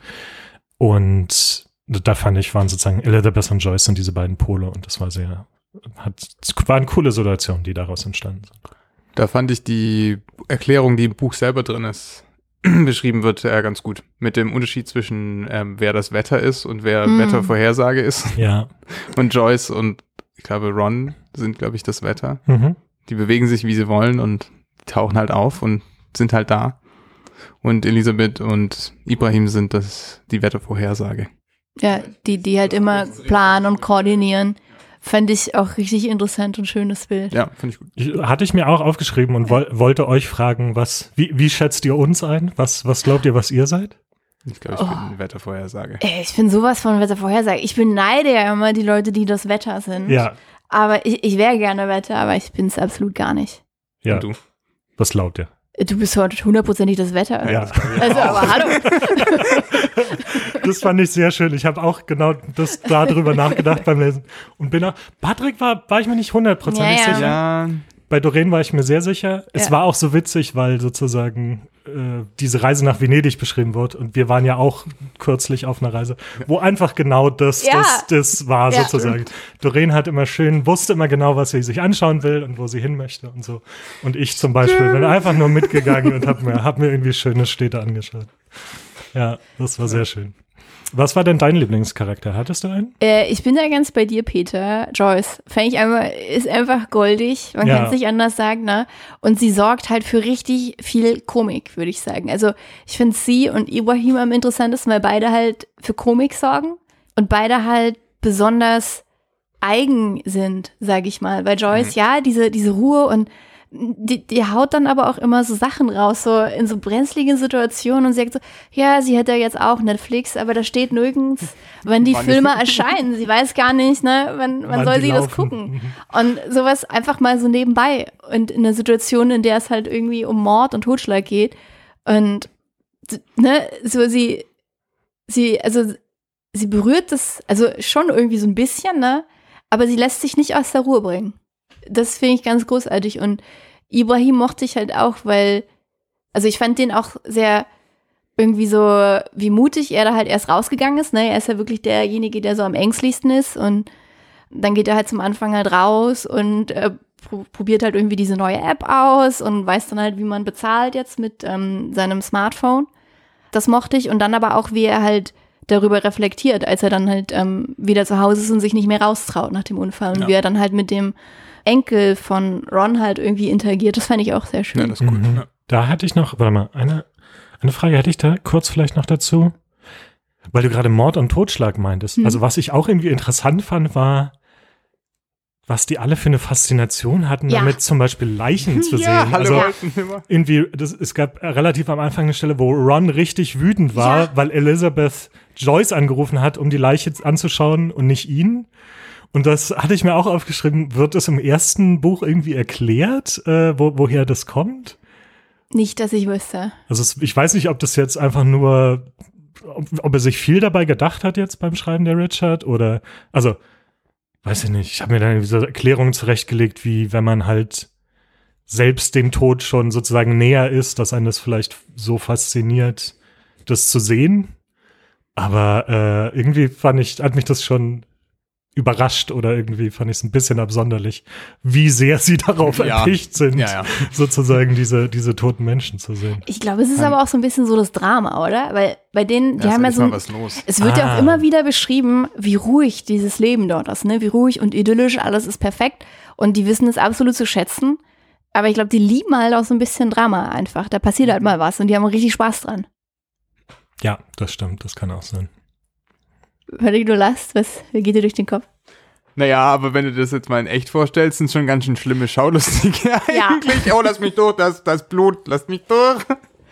Und da fand ich, waren sozusagen Elizabeth und Joyce sind diese beiden Pole und das war sehr, hat, waren coole Situationen, die daraus entstanden sind. Da fand ich die Erklärung, die im Buch selber drin ist, beschrieben wird, äh, ganz gut. Mit dem Unterschied zwischen, ähm, wer das Wetter ist und wer Mm. Wettervorhersage ist. Ja. Und Joyce und, ich glaube, Ron sind, glaube ich, das Wetter. Mhm. Die bewegen sich, wie sie wollen und die tauchen halt auf und sind halt da. Und Elisabeth und Ibrahim sind das, die Wettervorhersage. Ja, die, die halt immer planen und koordinieren. Fand ich auch richtig interessant und schönes Bild. Ja, finde ich gut. Ich, hatte ich mir auch aufgeschrieben und woll, wollte euch fragen, was, wie, wie schätzt ihr uns ein? Was, was glaubt ihr, was ihr seid? Ich glaube, ich Oh. bin eine Wettervorhersage. Ey, ich bin sowas von Wettervorhersage. Ich beneide ja immer die Leute, die das Wetter sind. Ja, Aber ich, ich wäre gerne Wetter, aber ich bin es absolut gar nicht. ja. Und du? Was glaubt ihr? Du bist heute hundertprozentig das Wetter. Ja. Also, aber hallo. Das fand ich sehr schön. Ich habe auch genau das darüber nachgedacht beim Lesen. Und bin auch, Patrick war, war ich mir nicht hundertprozentig Ja, ja. sicher. Ja, Bei Doreen war ich mir sehr sicher. Es Ja. war auch so witzig, weil sozusagen äh, diese Reise nach Venedig beschrieben wird. Und wir waren ja auch kürzlich auf einer Reise, wo einfach genau das, Ja. das, das war Ja. sozusagen. Doreen hat immer schön, wusste immer genau, was sie sich anschauen will und wo sie hin möchte und so. Und ich zum Beispiel bin einfach nur mitgegangen und habe mir, hab mir irgendwie schöne Städte angeschaut. Ja, das war sehr schön. Was war denn dein Lieblingscharakter? Hattest du einen? Äh, ich bin da ganz bei dir, Peter. Joyce, fand ich einfach, ist einfach goldig. Man Ja. kann es nicht anders sagen, ne? Und sie sorgt halt für richtig viel Komik, würde ich sagen. Also ich finde sie und Ibrahim am interessantesten, weil beide halt für Komik sorgen und beide halt besonders eigen sind, sage ich mal. Weil Joyce, ja, diese, diese Ruhe und die, die haut dann aber auch immer so Sachen raus, so in so brenzligen Situationen und sagt so, ja, sie hätte jetzt auch Netflix, aber da steht nirgends, wann die Wann Filme die- erscheinen. Sie weiß gar nicht, ne, wann, wann Wann soll die sie das laufen. gucken. Und sowas einfach mal so nebenbei und in einer Situation, in der es halt irgendwie um Mord und Totschlag geht und ne, so sie, sie, also sie berührt das, also schon irgendwie so ein bisschen, ne, aber sie lässt sich nicht aus der Ruhe bringen. Das finde ich ganz großartig. Und Ibrahim mochte ich halt auch, weil, also ich fand den auch sehr irgendwie so, wie mutig er da halt erst rausgegangen ist. Ne? Er ist ja wirklich derjenige, der so am ängstlichsten ist. Und dann geht er halt zum Anfang halt raus und äh, pr- probiert halt irgendwie diese neue App aus und weiß dann halt, wie man bezahlt jetzt mit ähm, seinem Smartphone. Das mochte ich. Und dann aber auch, wie er halt darüber reflektiert, als er dann halt ähm, wieder zu Hause ist und sich nicht mehr raustraut nach dem Unfall. Und Ja. wie er dann halt mit dem Enkel von Ron halt irgendwie interagiert. Das fand ich auch sehr ja, schön. das ist gut. Mhm. Ja. Da hatte ich noch, warte mal, eine, eine Frage hätte ich da kurz vielleicht noch dazu. Weil du gerade Mord und Totschlag meintest. Mhm. Also was ich auch irgendwie interessant fand, war, was die alle für eine Faszination hatten, Ja. damit zum Beispiel Leichen zu Ja, sehen. alle Also wollten immer. irgendwie, das, es gab relativ am Anfang eine Stelle, wo Ron richtig wütend war, Ja. weil Elizabeth Joyce angerufen hat, um die Leiche anzuschauen und nicht ihn. Und das hatte ich mir auch aufgeschrieben. Wird es im ersten Buch irgendwie erklärt, äh, wo, woher das kommt? Nicht, dass ich wüsste. Also es, ich weiß nicht, ob das jetzt einfach nur, ob, ob er sich viel dabei gedacht hat jetzt beim Schreiben der Richard oder, also, weiß ich nicht. Ich habe mir dann irgendwie so Erklärungen zurechtgelegt, wie wenn man halt selbst dem Tod schon sozusagen näher ist, dass einen das vielleicht so fasziniert, das zu sehen. Aber äh, irgendwie fand ich, hat mich das schon überrascht oder irgendwie fand ich es ein bisschen absonderlich, wie sehr sie darauf Ja. erpicht sind, Ja, ja. sozusagen diese, diese toten Menschen zu sehen. Ich glaube, es ist Ähm. aber auch so ein bisschen so das Drama, oder? Weil bei denen, die Ja, haben ja ist so mal ein, was los. es wird ja Ah. auch immer wieder beschrieben, wie ruhig dieses Leben dort ist, ne? Wie ruhig und idyllisch, alles ist perfekt und die wissen es absolut zu schätzen. Aber ich glaube, die lieben halt auch so ein bisschen Drama einfach. Da passiert halt mal was und die haben richtig Spaß dran. Ja, das stimmt, das kann auch sein. Völlig du lachst, was geht dir durch den Kopf? Naja, aber wenn du das jetzt mal in echt vorstellst, sind schon ganz schön schlimme Schaulustige eigentlich. Oh, lass mich durch, das, das Blut, lass mich durch.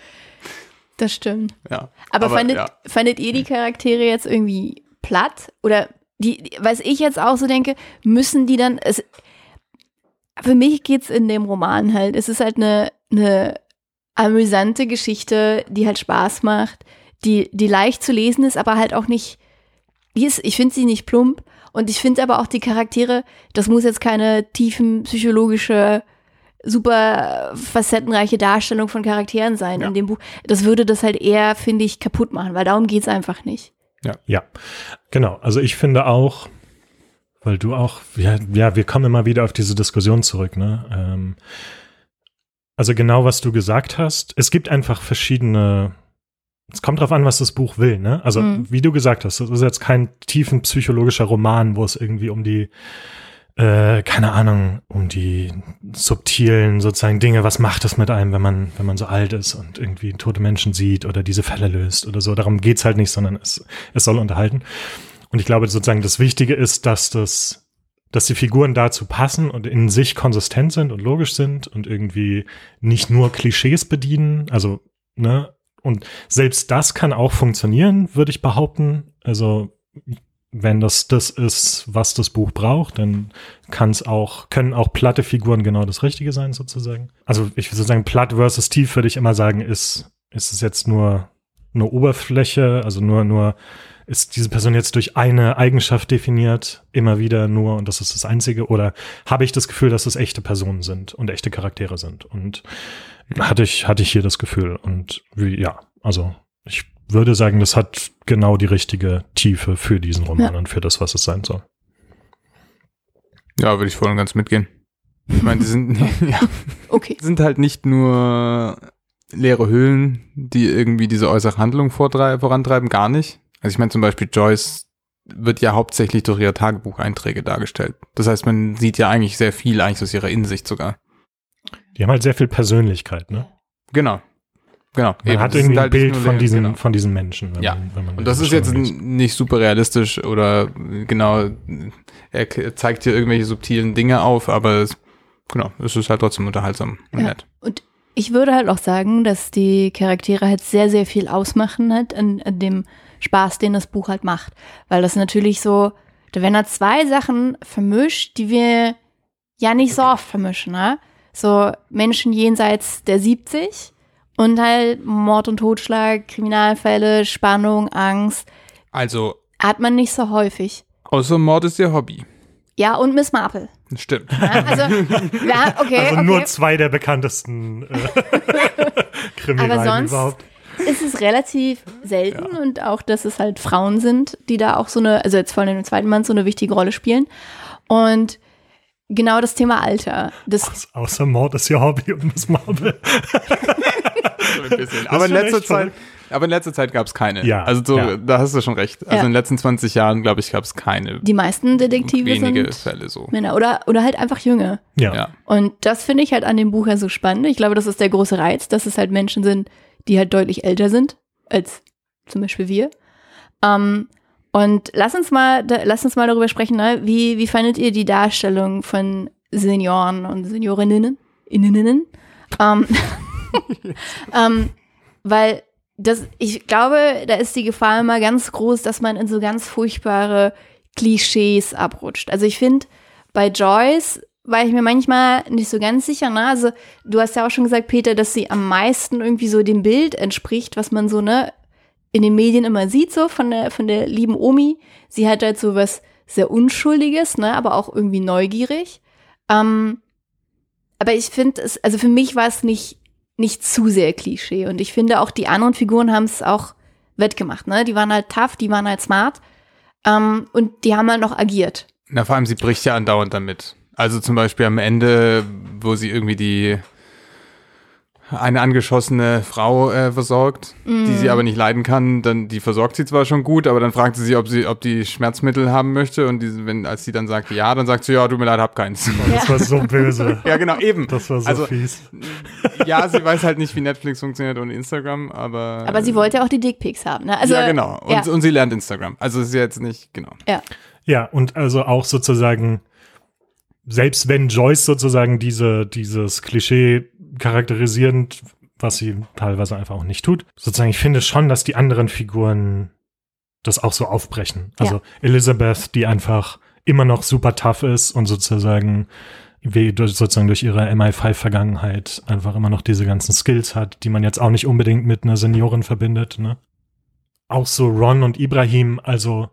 Das stimmt. Ja. Aber, fandet, ja. fandet ihr die Charaktere jetzt irgendwie platt? Oder die, die, was ich jetzt auch so denke, müssen die dann, es, für mich geht's in dem Roman halt, es ist halt eine, eine amüsante Geschichte, die halt Spaß macht, die, die leicht zu lesen ist, aber halt auch nicht, die ist, ich finde sie nicht plump und ich finde aber auch die Charaktere, das muss jetzt keine tiefen psychologische, super facettenreiche Darstellung von Charakteren sein Ja. in dem Buch. Das würde das halt eher, finde ich, kaputt machen, weil darum geht's einfach nicht. Ja, genau. Also ich finde auch, weil du auch, ja, ja, wir kommen immer wieder auf diese Diskussion zurück, ne? Ähm, also genau, was du gesagt hast. Es gibt einfach verschiedene, es kommt drauf an, was das Buch will, ne? Also Mhm. wie du gesagt hast, das ist jetzt kein tiefen psychologischer Roman, wo es irgendwie um die äh, keine Ahnung, um die subtilen sozusagen Dinge, was macht das mit einem, wenn man, wenn man so alt ist und irgendwie tote Menschen sieht oder diese Fälle löst oder so. Darum geht's halt nicht, sondern es, es soll unterhalten. Und ich glaube sozusagen, das Wichtige ist, dass das, dass die Figuren dazu passen und in sich konsistent sind und logisch sind und irgendwie nicht nur Klischees bedienen. Also, ne, und selbst das kann auch funktionieren, würde ich behaupten. Also, wenn das das ist, was das Buch braucht, dann kann es auch, können auch platte Figuren genau das Richtige sein, sozusagen. Also ich würde sagen, platt versus tief würde ich immer sagen, ist, ist es jetzt nur eine Oberfläche, also nur, nur, ist diese Person jetzt durch eine Eigenschaft definiert, immer wieder nur, und das ist das Einzige, oder habe ich das Gefühl, dass es echte Personen sind und echte Charaktere sind? Und hatte ich, hatte ich hier das Gefühl. Und wie, ja, also ich würde sagen, das hat genau die richtige Tiefe für diesen Roman ja. und für das, was es sein soll. Ja, würde ich voll und ganz mitgehen. Ich meine, die sind, ja, okay. sind halt nicht nur leere Hüllen, die irgendwie diese äußere Handlung vorantreiben, gar nicht. Also ich meine zum Beispiel Joyce wird ja hauptsächlich durch ihre Tagebucheinträge dargestellt. Das heißt, man sieht ja eigentlich sehr viel, eigentlich aus ihrer Innensicht sogar. Die haben halt sehr viel Persönlichkeit, ne? Genau. Genau. Man Eben, hat irgendwie ein halt Bild von leer, diesen, genau. von diesen Menschen. Wenn ja, man, wenn man und das ist jetzt liest. nicht super realistisch oder genau, er zeigt hier irgendwelche subtilen Dinge auf, aber es, genau, es ist halt trotzdem unterhaltsam und ja. nett. Und ich würde halt auch sagen, dass die Charaktere halt sehr, sehr viel ausmachen halt an, an dem Spaß, den das Buch halt macht. Weil das natürlich so, da werden da zwei Sachen vermischt, die wir ja nicht so oft vermischen, ne? So Menschen jenseits der siebzig und halt Mord und Totschlag, Kriminalfälle, Spannung, Angst. Also hat man nicht so häufig. Außer Mord ist ihr Hobby. Ja, und Miss Marple. Stimmt. Ja, also, ja, okay, also okay. nur zwei der bekanntesten äh, Krimireihen Aber sonst überhaupt. Ist es relativ selten Ja. und auch, dass es halt Frauen sind, die da auch so eine, also jetzt vor allem im zweiten Band so eine wichtige Rolle spielen. Und genau das Thema Alter. Das Aus, außer Mord ist ihr Hobby und Miss Marple. So ein bisschen. Aber in letzter Zeit, aber in letzter Zeit gab es keine. Ja, also so, ja. da hast du schon recht. Also Ja. in den letzten zwanzig Jahren, glaube ich, gab es keine. die meisten Detektive wenige sind Fälle so. Männer oder, oder halt einfach Junge. Ja. Ja. Und das finde ich halt an dem Buch ja so spannend. Ich glaube, das ist der große Reiz, dass es halt Menschen sind, die halt deutlich älter sind als zum Beispiel wir. Ähm, und lass uns mal, da, lass uns mal darüber sprechen, ne? wie, wie fandet ihr die Darstellung von Senioren und Seniorinnen? Inneninnen? Ähm, ähm, weil das, ich glaube, da ist die Gefahr immer ganz groß, dass man in so ganz furchtbare Klischees abrutscht. Also ich finde, bei Joyce war ich mir manchmal nicht so ganz sicher, ne? Also du hast ja auch schon gesagt, Peter, dass sie am meisten irgendwie so dem Bild entspricht, was man so, ne, in den Medien immer sieht, so von der, von der lieben Omi. Sie hat halt so was sehr Unschuldiges, ne, aber auch irgendwie neugierig. Ähm, aber ich finde es, also für mich war es nicht, nicht zu sehr Klischee. Und ich finde auch, die anderen Figuren haben es auch wettgemacht, ne? Die waren halt tough, die waren halt smart. Ähm, und die haben halt noch agiert. Na, vor allem, sie bricht ja andauernd damit. Also zum Beispiel am Ende, wo sie irgendwie die eine angeschossene Frau äh, versorgt, mm. die sie aber nicht leiden kann, dann die versorgt sie zwar schon gut, aber dann fragt sie sie, ob sie, ob die Schmerzmittel haben möchte und die, wenn, als sie dann sagt ja, dann sagt sie, ja, tut mir leid, hab keins. Ja. Das war so böse. Ja, genau, eben. Das war so also, fies. Ja, sie weiß halt nicht, wie Netflix funktioniert ohne Instagram, aber... Aber sie wollte auch die Dickpics haben, ne? Also, ja, genau. Und, ja. und sie lernt Instagram. Also ist ja jetzt nicht, genau. Ja. Ja, und also auch sozusagen, selbst wenn Joyce sozusagen diese, dieses Klischee charakterisierend, was sie teilweise einfach auch nicht tut, sozusagen, ich finde schon, dass die anderen Figuren das auch so aufbrechen. Also ja. Elizabeth, die einfach immer noch super tough ist und sozusagen wie durch, sozusagen durch ihre M I fünf Vergangenheit einfach immer noch diese ganzen Skills hat, die man jetzt auch nicht unbedingt mit einer Seniorin verbindet, ne? Auch so Ron und Ibrahim, also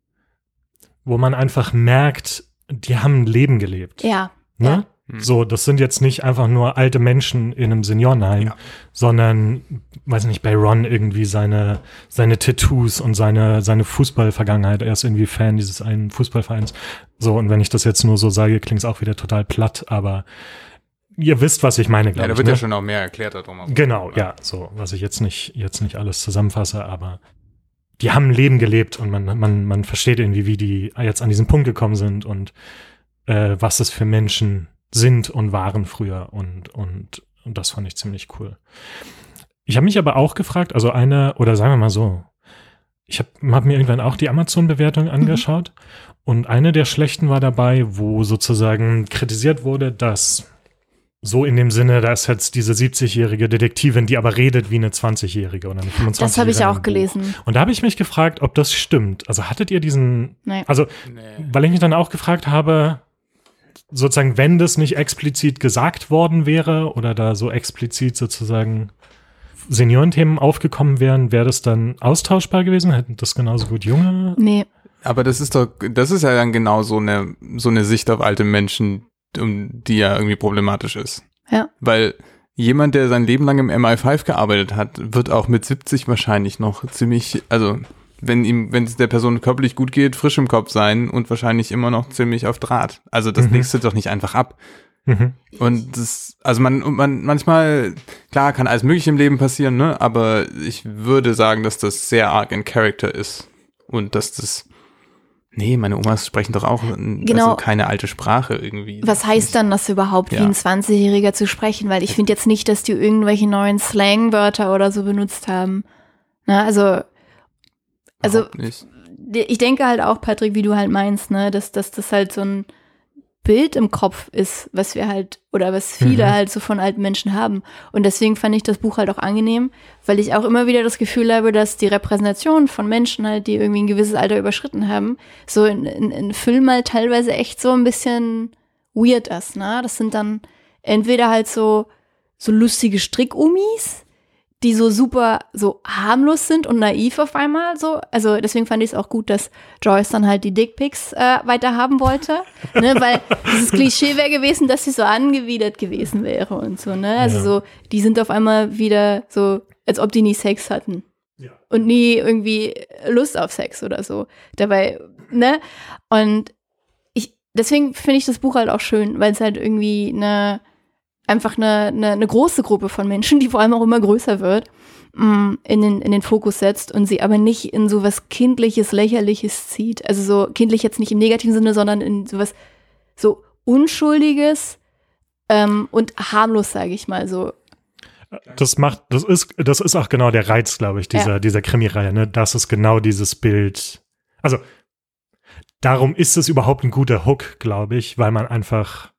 wo man einfach merkt, die haben ein Leben gelebt. Ja. Ne? Ja. So, das sind jetzt nicht einfach nur alte Menschen in einem Seniorenheim, Ja. sondern, weiß nicht, bei Ron irgendwie seine, seine Tattoos und seine, seine Fußballvergangenheit. Er ist irgendwie Fan dieses einen Fußballvereins. So, und wenn ich das jetzt nur so sage, klingt es auch wieder total platt, aber ihr wisst, was ich meine, glaube Ja, ich. da wird ne? ja schon auch mehr erklärt darum. Genau, ja, so, was ich jetzt nicht, jetzt nicht alles zusammenfasse, aber die haben ein Leben gelebt und man, man, man versteht irgendwie, wie die jetzt an diesen Punkt gekommen sind und äh, was es für Menschen sind und waren früher und, und, und das fand ich ziemlich cool. Ich habe mich aber auch gefragt, also eine, oder sagen wir mal so, ich habe hab mir irgendwann auch die Amazon-Bewertung angeschaut und eine der schlechten war dabei, wo sozusagen kritisiert wurde, dass so in dem Sinne, da ist jetzt diese siebzigjährige Detektivin, die aber redet wie eine zwanzigjährige oder eine fünfundzwanzigjährige. Das habe ich auch gelesen. Und da habe ich mich gefragt, ob das stimmt. Also hattet ihr diesen, nee. also Nee. weil ich mich dann auch gefragt habe, sozusagen, wenn das nicht explizit gesagt worden wäre oder da so explizit sozusagen Seniorenthemen aufgekommen wären, wäre das dann austauschbar gewesen? Hätten das genauso gut junge? Nee. Aber das ist doch, das ist ja dann genau so eine, so eine Sicht auf alte Menschen, um, die ja irgendwie problematisch ist. Ja. Weil jemand, der sein Leben lang im M I fünf gearbeitet hat, wird auch mit siebzig wahrscheinlich noch ziemlich, also wenn ihm, wenn es der Person körperlich gut geht, frisch im Kopf sein und wahrscheinlich immer noch ziemlich auf Draht. Also das Mhm. legst du doch nicht einfach ab. Mhm. Und das, also man, und man, manchmal, klar, kann alles Mögliche im Leben passieren, ne, aber ich würde sagen, dass das sehr arg in Character ist. Und dass das, nee, meine Omas sprechen doch auch Genau. also keine alte Sprache irgendwie. Was heißt dann das überhaupt, Ja. wie ein zwanzigjähriger zu sprechen? Weil ich finde jetzt nicht, dass die irgendwelche neuen Slangwörter oder so benutzt haben. Na, also, also Überhaupt nicht. ich denke halt auch, Patrick, wie du halt meinst, ne, dass, dass das halt so ein Bild im Kopf ist, was wir halt, oder was viele Mhm. halt so von alten Menschen haben. Und deswegen fand ich das Buch halt auch angenehm, weil ich auch immer wieder das Gefühl habe, dass die Repräsentation von Menschen halt, die irgendwie ein gewisses Alter überschritten haben, so in, in, in Filmen halt teilweise echt so ein bisschen weird ist, ne? Das sind dann entweder halt so, so lustige Strickumis, die so super so harmlos sind und naiv auf einmal so. Also deswegen fand ich es auch gut, dass Joyce dann halt die Dickpics äh, weiter haben wollte, ne, weil dieses Klischee wäre gewesen, dass sie so angewidert gewesen wäre und so, ne. Also Ja. so, die sind auf einmal wieder so, als ob die nie Sex hatten. Ja. Und nie irgendwie Lust auf Sex oder so. Dabei, ne? Und ich, deswegen finde ich das Buch halt auch schön, weil es halt irgendwie eine einfach eine, eine, eine große Gruppe von Menschen, die vor allem auch immer größer wird, mh, in den, in den Fokus setzt und sie aber nicht in so was Kindliches, Lächerliches zieht. Also so kindlich jetzt nicht im negativen Sinne, sondern in sowas so Unschuldiges ähm, und harmlos, sage ich mal so. Das macht, das ist, das ist auch genau der Reiz, glaube ich, dieser, Ja. dieser Krimireihe, ne? Das ist genau dieses Bild. Also, darum ist es überhaupt ein guter Hook, glaube ich, weil man einfach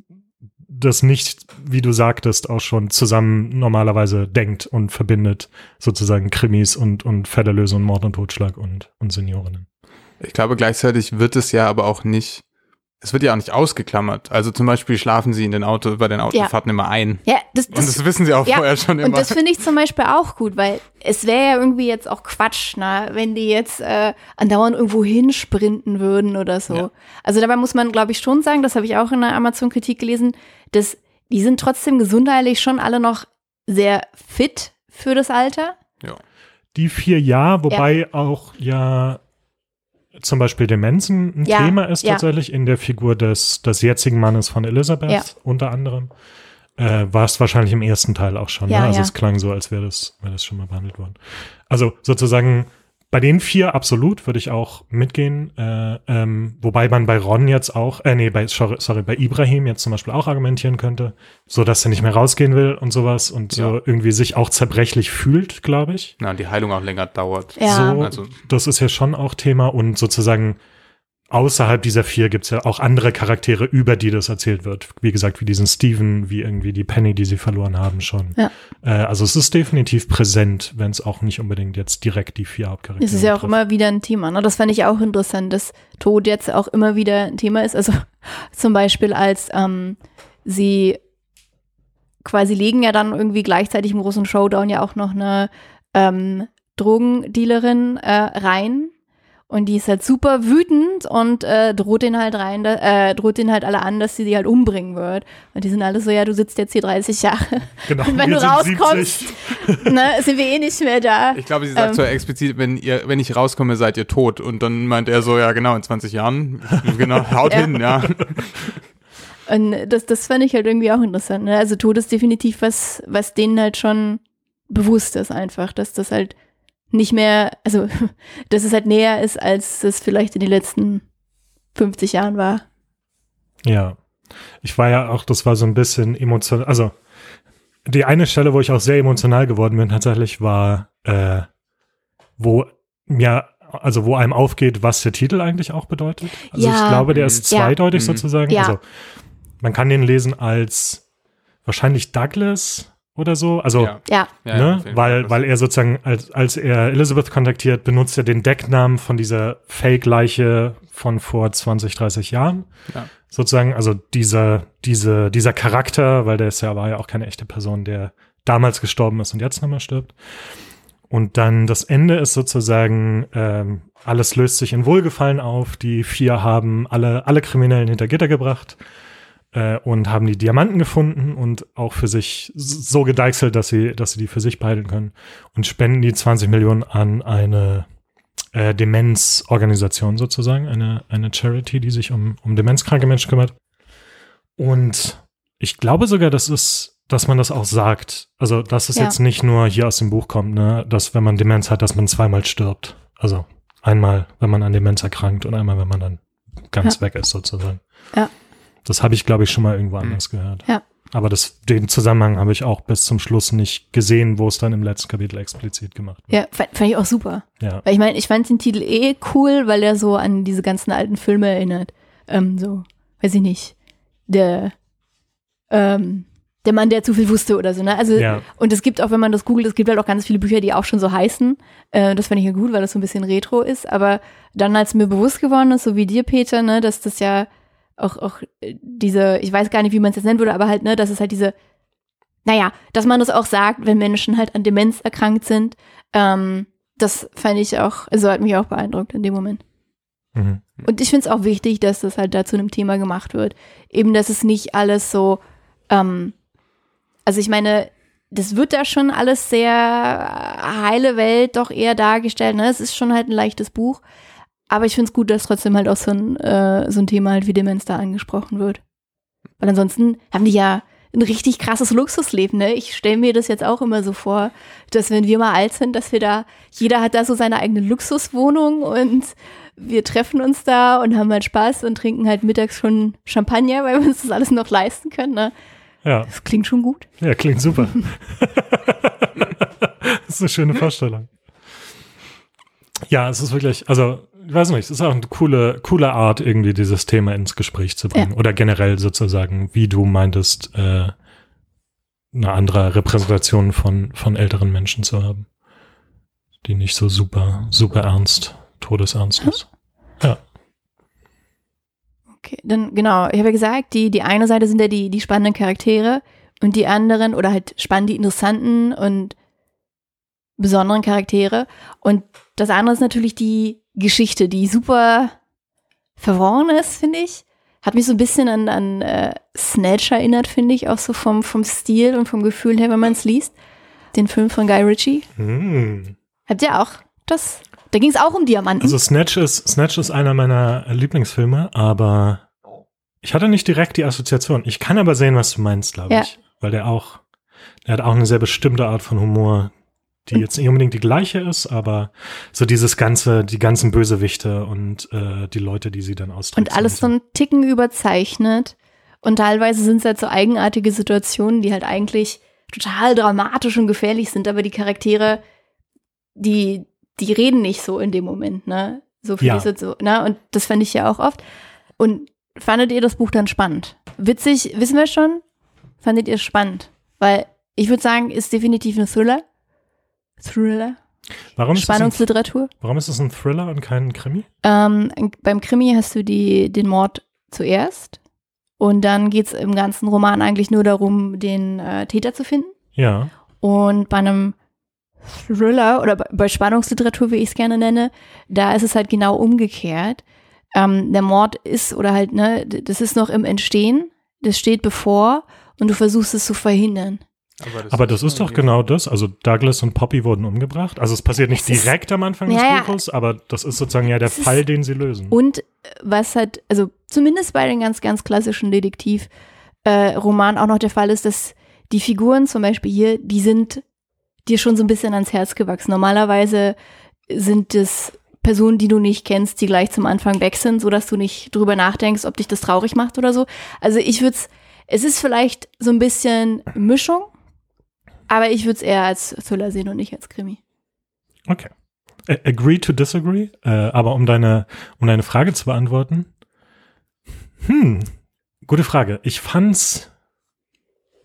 das nicht, wie du sagtest, auch schon zusammen normalerweise denkt und verbindet, sozusagen Krimis und, und Fällerlösung, Mord und Totschlag und, und Seniorinnen. Ich glaube, gleichzeitig wird es ja aber auch nicht, es wird ja auch nicht ausgeklammert. Also zum Beispiel schlafen sie in den Auto, bei den Autofahrten immer ein. Ja, das, Und das wissen sie auch ja, vorher schon immer. Und das finde ich zum Beispiel auch gut, weil es wäre ja irgendwie jetzt auch Quatsch, ne, wenn die jetzt äh, andauernd irgendwo hinsprinten würden oder so. Ja. Also dabei muss man, glaube ich, schon sagen, das habe ich auch in einer Amazon-Kritik gelesen, dass die sind trotzdem gesundheitlich schon alle noch sehr fit für das Alter. Ja. Die vier ja, wobei auch ja zum Beispiel Demenzen ein Ja, Thema ist ja. tatsächlich in der Figur des, des jetzigen Mannes von Elizabeth, Ja. unter anderem. Äh, war es wahrscheinlich im ersten Teil auch schon. Ja, ne? Also ja. es klang so, als wäre das, wäre das schon mal behandelt worden. Also sozusagen bei den vier absolut würde ich auch mitgehen. Äh, ähm, wobei man bei Ron jetzt auch, äh, nee, bei, sorry, sorry, bei Ibrahim jetzt zum Beispiel auch argumentieren könnte, so dass er nicht mehr rausgehen will und sowas und so Ja. irgendwie sich auch zerbrechlich fühlt, glaube ich. Na, die Heilung auch länger dauert. Ja. So, Also, das ist ja schon auch Thema und sozusagen außerhalb dieser vier gibt es ja auch andere Charaktere, über die das erzählt wird. Wie gesagt, wie diesen Steven, wie irgendwie die Penny, die sie verloren haben schon. Ja. Äh, also es ist definitiv präsent, wenn es auch nicht unbedingt jetzt direkt die vier Hauptcharaktere Es ist ja auch trifft. immer wieder ein Thema. Ne? Das fand ich auch interessant, dass Tod jetzt auch immer wieder ein Thema ist. Also zum Beispiel als ähm, sie quasi legen ja dann irgendwie gleichzeitig im großen Showdown ja auch noch eine ähm, Drogendealerin äh, rein. Und die ist halt super wütend und äh, droht den halt rein, da, äh, droht den halt alle an, dass sie die halt umbringen wird. Und die sind alle so, ja, du sitzt jetzt hier dreißig Jahre. Genau, Und wenn wir du sind rauskommst, siebzig. ne, sind wir eh nicht mehr da. ich glaube, sie sagt Ähm. so explizit, wenn ihr, wenn ich rauskomme, seid ihr tot. Und dann meint er so, ja genau, in zwanzig Jahren. Genau, haut Ja. hin, ja. Und das, das fand ich halt irgendwie auch interessant. Ne? Also Tod ist definitiv was, was denen halt schon bewusst ist einfach, dass das halt nicht mehr, also dass es halt näher ist, als es vielleicht in den letzten fünfzig Jahren war. Ja, ich war ja auch, das war so ein bisschen emotional, also die eine Stelle, wo ich auch sehr emotional geworden bin tatsächlich, war, äh, wo mir, also wo einem aufgeht, was der Titel eigentlich auch bedeutet. Also Ja. ich glaube, der ist Mhm. zweideutig Ja. sozusagen. Ja. Also man kann den lesen als wahrscheinlich Douglas oder so. Also, Ja. Ja, Ja, ne? ja, auf jeden weil, Fall. weil er sozusagen, als, als er Elizabeth kontaktiert, benutzt er den Decknamen von dieser Fake-Leiche von vor zwanzig, dreißig Jahren. Ja. Sozusagen, also dieser, diese, dieser Charakter, weil der ist ja, war ja auch keine echte Person, der damals gestorben ist und jetzt nochmal stirbt. Und dann das Ende ist sozusagen, ähm, alles löst sich in Wohlgefallen auf. Die vier haben alle, alle Kriminellen hinter Gitter gebracht äh, und haben die Diamanten gefunden und auch für sich so gedeichselt, dass sie, dass sie die für sich behalten können und spenden die zwanzig Millionen an eine äh, Demenzorganisation sozusagen, eine, eine Charity, die sich um, um demenzkranke Menschen kümmert. Und ich glaube sogar, das ist dass man das auch sagt. Also, dass es Ja. jetzt nicht nur hier aus dem Buch kommt, ne, dass wenn man Demenz hat, dass man zweimal stirbt. Also einmal, wenn man an Demenz erkrankt und einmal, wenn man dann ganz Ja. weg ist, sozusagen. Ja. Das habe ich, glaube ich, schon mal irgendwo anders gehört. Ja. Aber das, den Zusammenhang habe ich auch bis zum Schluss nicht gesehen, wo es dann im letzten Kapitel explizit gemacht wird. ja, fand, fand ich auch super. Ja. Weil ich meine, ich fand den Titel eh cool, weil er so an diese ganzen alten Filme erinnert. Ähm, so, weiß ich nicht. Der, ähm, der Mann, der zu viel wusste oder so, ne? Also, Ja. und es gibt auch, wenn man das googelt, es gibt halt auch ganz viele Bücher, die auch schon so heißen. Äh, das fand ich ja gut, weil das so ein bisschen retro ist. Aber dann, als mir bewusst geworden ist, so wie dir, Peter, ne, dass das ja auch, auch äh, diese, ich weiß gar nicht, wie man es jetzt nennen würde, aber halt, ne, dass es halt diese, naja, dass man das auch sagt, wenn Menschen halt an Demenz erkrankt sind. Ähm, das fand ich auch, also hat mich auch beeindruckt in dem Moment. Mhm. Und ich finde es auch wichtig, dass das halt da zu einem Thema gemacht wird. Eben, dass es nicht alles so, ähm, also ich meine, das wird da schon alles sehr heile Welt doch eher dargestellt. Ne? Es ist schon halt ein leichtes Buch. Aber ich finde es gut, dass trotzdem halt auch so ein, äh, so ein Thema halt wie Demenz da angesprochen wird. Weil ansonsten haben die ja ein richtig krasses Luxusleben. Ne? Ich stelle mir das jetzt auch immer so vor, dass wenn wir mal alt sind, dass wir da, jeder hat da so seine eigene Luxuswohnung und wir treffen uns da und haben halt Spaß und trinken halt mittags schon Champagner, weil wir uns das alles noch leisten können. Ne? Ja. Das klingt schon gut. Ja, klingt super. Das ist eine schöne Vorstellung. Ja, es ist wirklich, also, ich weiß nicht, es ist auch eine coole, coole Art, irgendwie dieses Thema ins Gespräch zu bringen. Ja. Oder generell sozusagen, wie du meintest, äh, eine andere Repräsentation von, von älteren Menschen zu haben, die nicht so super, super ernst, todesernst ist. Ja. Okay, dann genau, ich habe ja gesagt, die, die eine Seite sind ja die, die spannenden Charaktere und die anderen oder halt spannend die interessanten und besonderen Charaktere. Und das andere ist natürlich die Geschichte, die super verworren ist, finde ich. Hat mich so ein bisschen an, an äh, Snatch erinnert, finde ich, auch so vom, vom Stil und vom Gefühl her, wenn man es liest. Den Film von Guy Ritchie. Hm. Habt ihr auch das? Da ging es auch um Diamanten. Also Snatch ist, Snatch ist einer meiner Lieblingsfilme, aber ich hatte nicht direkt die Assoziation. Ich kann aber sehen, was du meinst, glaube Ja. ich. Weil der auch, der hat auch eine sehr bestimmte Art von Humor, die jetzt nicht unbedingt die gleiche ist, aber so dieses ganze, die ganzen Bösewichte und äh, die Leute, die sie dann austricksen. Und alles so ein Ticken überzeichnet. Und teilweise sind es halt so eigenartige Situationen, die halt eigentlich total dramatisch und gefährlich sind, aber die Charaktere, die, die reden nicht so in dem Moment, ne? So viel Ja. ist es so, ne? Und das fand ich ja auch oft. Und fandet ihr das Buch dann spannend? Witzig, wissen wir schon? Fandet ihr es spannend? Weil ich würde sagen, ist definitiv ein Thriller. Thriller. Warum ist, das ein, Spannungsliteratur. warum ist das ein Thriller und kein Krimi? Ähm, beim Krimi hast du die, den Mord zuerst und dann geht es im ganzen Roman eigentlich nur darum, den äh, Täter zu finden. Ja. Und bei einem Thriller oder bei, bei Spannungsliteratur, wie ich es gerne nenne, da ist es halt genau umgekehrt. Ähm, der Mord ist oder halt, ne, das ist noch im Entstehen, das steht bevor und du versuchst es zu verhindern. Aber das, Aber das ist doch genau das. Also Douglas und Poppy wurden umgebracht. Also es passiert nicht Es ist- direkt am Anfang Ja, des ja. Buches, aber das ist sozusagen ja der Es ist- Fall, den sie lösen. Und äh, was halt, also zumindest bei den ganz, ganz klassischen Detektiv-Romanen auch noch der Fall ist, dass die Figuren zum Beispiel hier, die sind dir schon so ein bisschen ans Herz gewachsen. Normalerweise sind es Personen, die du nicht kennst, die gleich zum Anfang weg sind, sodass du nicht drüber nachdenkst, ob dich das traurig macht oder so. Also ich würde es, es ist vielleicht so ein bisschen Mischung, aber ich würde es eher als Thriller sehen und nicht als Krimi. Okay. A- Agree to disagree. Äh, aber um deine, um deine Frage zu beantworten. Hm, gute Frage. Ich fand's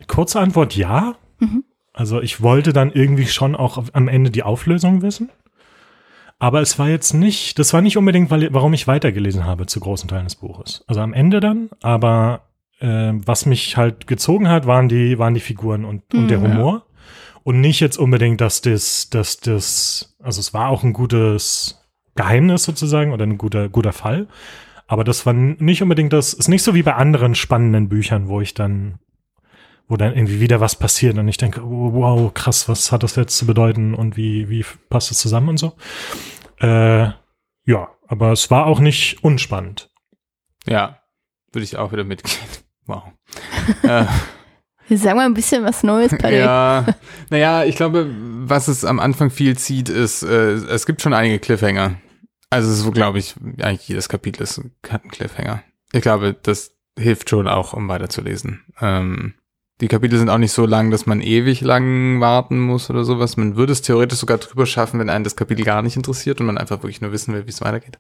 kurze Antwort ja. Mhm. Also ich wollte dann irgendwie schon auch am Ende die Auflösung wissen. Aber es war jetzt nicht, das war nicht unbedingt, weil, warum ich weitergelesen habe zu großen Teilen des Buches. Also am Ende dann, aber äh, was mich halt gezogen hat, waren die, waren die Figuren und, und Mhm. der Humor. Und nicht jetzt unbedingt, dass das, dass das, also es war auch ein gutes Geheimnis sozusagen oder ein guter, guter Fall. Aber das war nicht unbedingt das, ist nicht so wie bei anderen spannenden Büchern, wo ich dann, wo dann irgendwie wieder was passiert und ich denke, oh, wow, krass, was hat das jetzt zu bedeuten und wie, wie passt das zusammen und so. Äh, ja, aber es war auch nicht unspannend. Ja, würde ich auch wieder mitgehen. Wow. äh, Sag mal ein bisschen was Neues, Patrick. ja, naja, ich glaube, was es am Anfang viel zieht, ist, äh, es gibt schon einige Cliffhanger. Also so glaube ich, eigentlich jedes Kapitel ist, hat einen Cliffhanger. Ich glaube, das hilft schon auch, um weiterzulesen. Ähm, die Kapitel sind auch nicht so lang, dass man ewig lang warten muss oder sowas. Man würde es theoretisch sogar drüber schaffen, wenn einen das Kapitel gar nicht interessiert und man einfach wirklich nur wissen will, wie es weitergeht.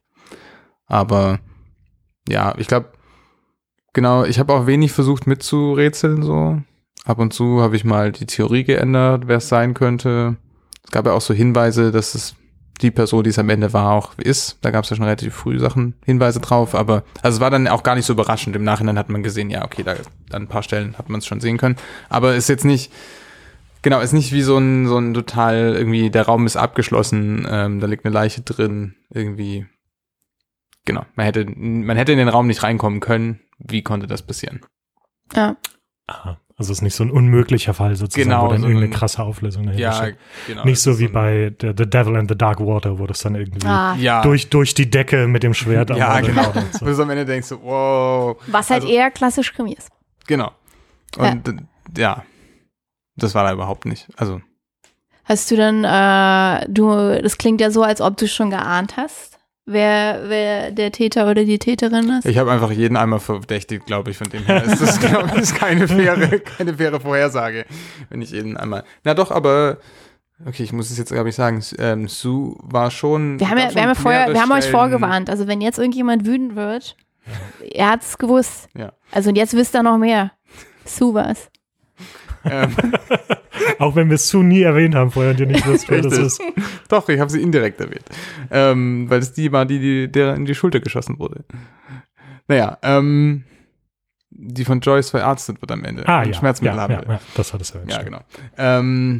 Aber ja, ich glaube, genau, ich habe auch wenig versucht mitzurätseln so. Ab und zu habe ich mal die Theorie geändert, wer es sein könnte. Es gab ja auch so Hinweise, dass es die Person, die es am Ende war, auch ist. Da gab es ja schon relativ früh Sachen, Hinweise drauf. Aber also es war dann auch gar nicht so überraschend. Im Nachhinein hat man gesehen, ja, okay, da an ein paar Stellen hat man es schon sehen können. Aber ist jetzt nicht, genau, ist nicht wie so ein, so ein total, irgendwie, der Raum ist abgeschlossen, ähm, da liegt eine Leiche drin, irgendwie. Genau, man hätte, man hätte in den Raum nicht reinkommen können. Wie konnte das passieren? Ja. Aha. Also es ist nicht so ein unmöglicher Fall sozusagen, Genau, wo dann so irgendeine ein- krasse Auflösung dahinter Ja, steht. genau. Nicht so das wie ist bei The, The Devil and the Dark Water, wo das dann irgendwie Ah, Ja, durch, durch die Decke mit dem Schwert am ja, Ende genau. war und so. Wo du am Ende denkst, so, wow. was halt Also- eher klassisch Krimi ist. Genau. Und ja. ja, das war da überhaupt nicht. Also, Hast du dann, äh, du, das klingt ja so, als ob du schon geahnt hast, wer, wer der Täter oder die Täterin ist. ich habe einfach jeden einmal verdächtigt, glaube ich, von dem her. Ist das, glaube ich, ist keine faire, keine faire Vorhersage, wenn ich jeden einmal. Na doch, aber okay, ich muss es jetzt, glaube ich, sagen. Ähm, Sue war schon. Wir haben ja, wir haben ja vorher, wir haben euch vorgewarnt. Also wenn jetzt irgendjemand wütend wird, er hat es gewusst. Ja. Also und jetzt wisst ihr noch mehr. Sue war's. Ähm, Auch wenn wir es zu nie erwähnt haben vorher und ihr nicht wisst, wer das Richtig. ist. Doch, ich habe sie indirekt erwähnt. Ähm, weil es die war, die, die der in die Schulter geschossen wurde. Naja, ähm, die von Joyce verarztet wird am Ende. Ah Und ja, Schmerzmittel ja, haben ja, will. ja, das hat es erwähnt. Ja, genau. Ähm,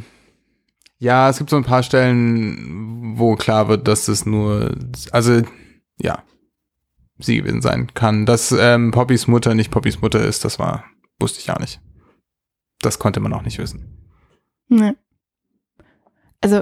ja, es gibt so ein paar Stellen, wo klar wird, dass es nur, also, ja, sie gewesen sein kann. Dass ähm, Poppys Mutter nicht Poppys Mutter ist, das war, wusste ich auch nicht. Das konnte man auch nicht wissen. Nee. Also,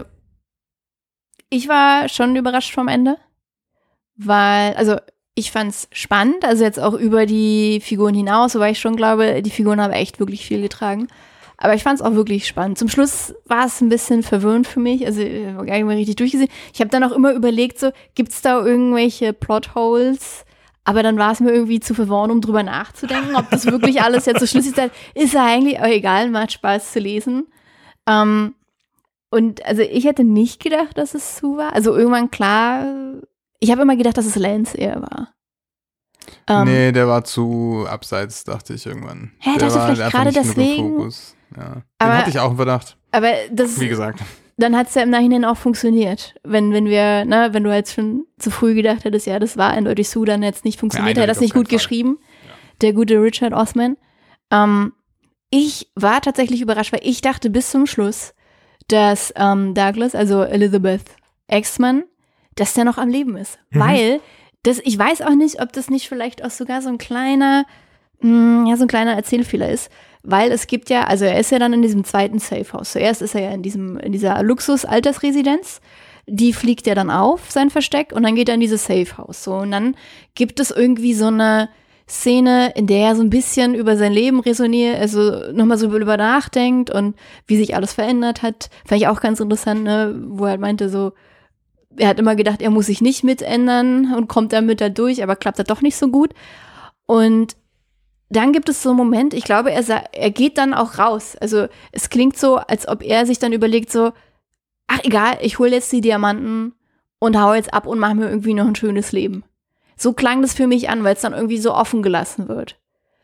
ich war schon überrascht vom Ende, weil, also, ich fand's spannend, also jetzt auch über die Figuren hinaus, wobei ich schon glaube, die Figuren haben echt wirklich viel getragen. Aber ich fand's auch wirklich spannend. Zum Schluss war es ein bisschen verwirrend für mich, also ich hab gar nicht mehr richtig durchgesehen. Ich habe dann auch immer überlegt, so, gibt's da irgendwelche Plotholes? Aber dann war es mir irgendwie zu verworren, um drüber nachzudenken, ob das wirklich alles jetzt so schlüssig ist. Ist ja eigentlich auch egal, macht Spaß zu lesen. Ähm, und also ich hätte nicht gedacht, dass es Sue war. Also irgendwann klar, ich habe immer gedacht, dass es Lance eher war. Ähm, nee, der war zu abseits, dachte ich irgendwann. Hä, der dachte war vielleicht einfach gerade nicht genug im deswegen? Fokus. Ja. Den Aber- hatte ich auch im Verdacht, Aber das, wie gesagt. dann hat es ja im Nachhinein auch funktioniert. Wenn, wenn wir, ne, wenn du halt schon zu früh gedacht hättest, ja, das war eindeutig Sue, dann hätte es nicht funktioniert, Ja, hätte das eindeutig nicht auf gut keinen Fall. geschrieben. Der gute Richard Osman. Ähm, ich war tatsächlich überrascht, weil ich dachte bis zum Schluss, dass ähm, Douglas, also Elizabeth Exman, dass der noch am Leben ist. Mhm. Weil, das, ich weiß auch nicht, ob das nicht vielleicht auch sogar so ein kleiner, mh, ja, so ein kleiner Erzählfehler ist. Weil es gibt ja, also er ist ja dann in diesem zweiten Safehouse. Zuerst ist er ja in diesem, in dieser Luxus-Altersresidenz. Die fliegt er dann auf, sein Versteck, und dann geht er in dieses Safehouse. So, und dann gibt es irgendwie so eine Szene, in der er so ein bisschen über sein Leben resoniert, also nochmal so über nachdenkt und wie sich alles verändert hat. Fand ich auch ganz interessant, ne, wo er halt meinte so, er hat immer gedacht, er muss sich nicht mitändern und kommt damit da durch, aber klappt das doch nicht so gut. Und dann gibt es so einen Moment, ich glaube, er, sa- er geht dann auch raus. Also es klingt so, als ob er sich dann überlegt so, ach egal, ich hole jetzt die Diamanten und hau jetzt ab und mache mir irgendwie noch ein schönes Leben. So klang das für mich an, weil es dann irgendwie so offen gelassen wird.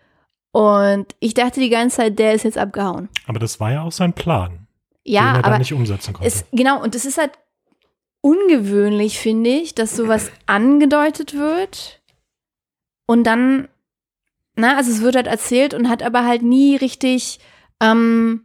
Und ich dachte die ganze Zeit, der ist jetzt abgehauen. Aber das war ja auch sein Plan, ja, den er aber dann nicht umsetzen konnte. Es, genau, und es ist halt ungewöhnlich, finde ich, dass sowas angedeutet wird und dann, na, also es wird halt erzählt und hat aber halt nie richtig, ähm,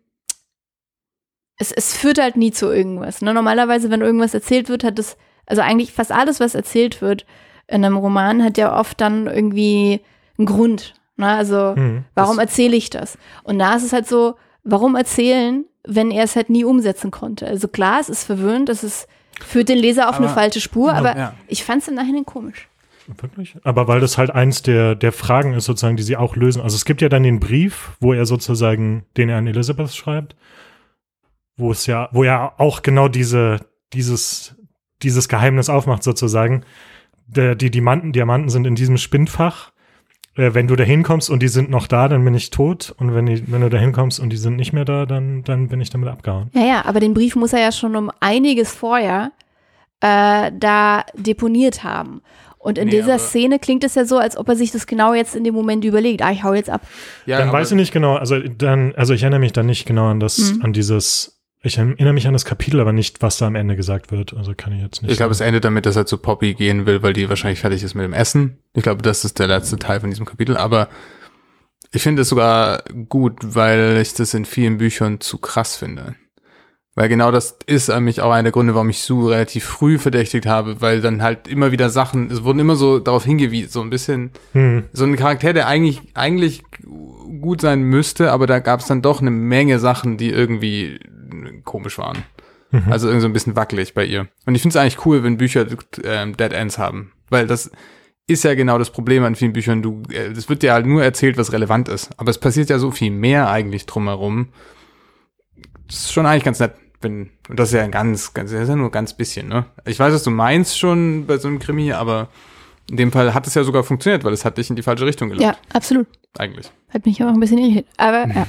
es, es führt halt nie zu irgendwas. Ne? Normalerweise, wenn irgendwas erzählt wird, hat es, also eigentlich fast alles, was erzählt wird in einem Roman, hat ja oft dann irgendwie einen Grund. Ne? Also, hm, warum erzähle ich das? Und da ist es halt so, warum erzählen, wenn er es halt nie umsetzen konnte? Also klar, es ist verwirrend, es ist führt den Leser auf aber, eine falsche Spur, aber ja. ich fand es im Nachhinein komisch. Wirklich? Aber weil das halt eins der, der Fragen ist, sozusagen, die sie auch lösen. Also es gibt ja dann den Brief, wo er sozusagen, den er an Elizabeth schreibt, wo es ja, wo er auch genau diese, dieses, dieses Geheimnis aufmacht, sozusagen. Der, die Diamanten, Diamanten sind in diesem Spindfach. Äh, wenn du da hinkommst und die sind noch da, dann bin ich tot. Und wenn, die, wenn du da hinkommst und die sind nicht mehr da, dann, dann bin ich damit abgehauen. Ja, ja, aber den Brief muss er ja schon um einiges vorher äh, da deponiert haben. Und in Nee, dieser aber- Szene klingt es ja so, als ob er sich das genau jetzt in dem Moment überlegt. Ah, ich hau jetzt ab. Ja, dann aber- weiß ich nicht genau, also dann, also ich erinnere mich dann nicht genau an das, Mhm. an dieses, ich erinnere mich an das Kapitel, aber nicht, was da am Ende gesagt wird. Also kann ich jetzt nicht Ich glaube, es sagen. endet damit, dass er zu Poppy gehen will, weil die wahrscheinlich fertig ist mit dem Essen. Ich glaube, das ist der letzte Teil von diesem Kapitel. Aber ich finde es sogar gut, weil ich das in vielen Büchern zu krass finde. Weil genau das ist eigentlich auch einer der Gründe, warum ich Sue relativ früh verdächtigt habe, weil dann halt immer wieder Sachen, es wurden immer so darauf hingewiesen, so ein bisschen, Hm. so ein Charakter, der eigentlich, eigentlich gut sein müsste, aber da gab es dann doch eine Menge Sachen, die irgendwie komisch waren. Mhm. Also irgendwie so ein bisschen wackelig bei ihr. Und ich finde es eigentlich cool, wenn Bücher ähm, Dead Ends haben, weil das ist ja genau das Problem an vielen Büchern. Du, äh, es wird dir halt nur erzählt, was relevant ist, aber es passiert ja so viel mehr eigentlich drumherum. Das ist schon eigentlich ganz nett. Wenn, und das ist ja ein ganz, ganz, das ist ja nur ganz bisschen, ne? Ich weiß, was du meinst schon bei so einem Krimi, aber in dem Fall hat es ja sogar funktioniert, weil es hat dich in die falsche Richtung gelenkt. Ja, absolut. Eigentlich. Hat mich auch ein bisschen irritiert. Aber ja.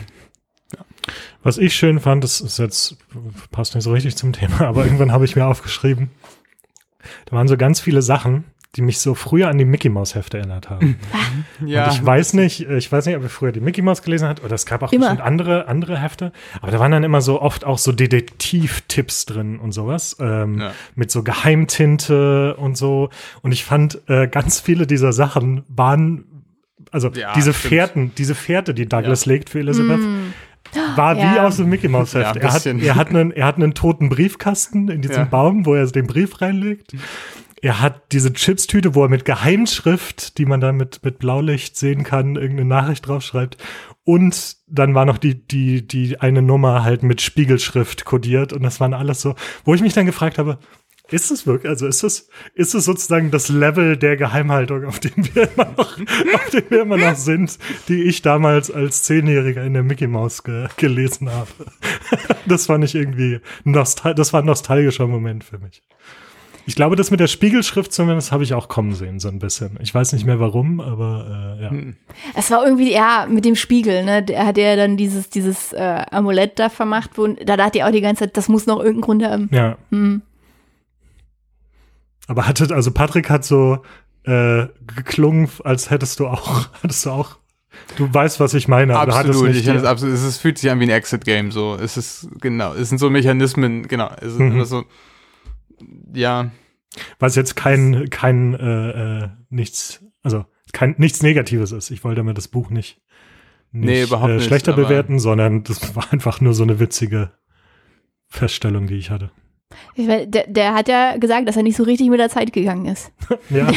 Was ich schön fand, das ist jetzt, passt nicht so richtig zum Thema, aber irgendwann habe ich mir aufgeschrieben, da waren so ganz viele Sachen, die mich so früher an die Mickey Mouse Hefte erinnert haben. Ja. Und ich weiß nicht, ich weiß nicht, ob ihr früher die Mickey Mouse gelesen habt oder es gab auch Immer. bestimmt andere, andere Hefte, aber da waren dann immer so oft auch so Detektivtipps drin und sowas, ähm, Ja. mit so Geheimtinte und so. Und ich fand, äh, ganz viele dieser Sachen waren, also Ja, diese stimmt. Fährten, diese Fährte, die Douglas legt für Elizabeth, Mm. war wie Ja. aus dem Mickey Mouse Ja, Heft. ein er, hat, bisschen. er, hat einen, er hat einen toten Briefkasten in diesem Ja. Baum, wo er den Brief reinlegt. Er hat diese Chipstüte, wo er mit Geheimschrift, die man dann mit, mit Blaulicht sehen kann, irgendeine Nachricht draufschreibt. Und dann war noch die, die, die eine Nummer halt mit Spiegelschrift kodiert. Und das waren alles so, wo ich mich dann gefragt habe, ist es wirklich, also ist es, ist es sozusagen das Level der Geheimhaltung, auf dem wir immer noch, auf dem wir immer noch sind, die ich damals als Zehnjähriger in der Mickey Mouse ge gelesen habe. Das fand ich irgendwie, nostal das war ein nostalgischer Moment für mich. Ich glaube, das mit der Spiegelschrift zumindest habe ich auch kommen sehen, so ein bisschen. Ich weiß nicht mehr warum, aber äh, ja. Es war irgendwie, ja, mit dem Spiegel, ne? Der hat ja dann dieses, dieses äh, Amulett da vermacht, wo, da dachte ich auch die ganze Zeit, das muss noch irgendeinen Grund haben. Ja. Hm. Aber hattet, also Patrick hat so äh, geklungen, als hättest du auch, hattest du auch, du weißt, was ich meine, aber du hattest Absolut, nicht ich hatte die- es absolut, es ist, fühlt sich an wie ein Exit-Game, so, es ist, genau, es sind so Mechanismen, genau, es ist Mhm. immer so, ja, was jetzt kein, kein, äh, äh, nichts, also kein, nichts Negatives ist. Ich wollte damit das Buch nicht, nicht, Nee, überhaupt äh, nicht, schlechter aber- bewerten, sondern das war einfach nur so eine witzige Feststellung, die ich hatte. Ich weiß, der, der hat ja gesagt, dass er nicht so richtig mit der Zeit gegangen ist. Ja.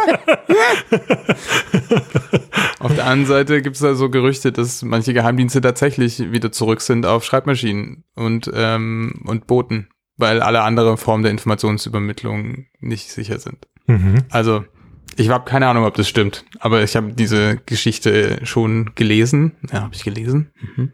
auf der anderen Seite gibt es da so Gerüchte, dass manche Geheimdienste tatsächlich wieder zurück sind auf Schreibmaschinen und, ähm, und Booten, weil alle anderen Formen der Informationsübermittlung nicht sicher sind. Mhm. Also, ich habe keine Ahnung, ob das stimmt, aber ich habe diese Geschichte schon gelesen. Ja, habe ich gelesen. Mhm.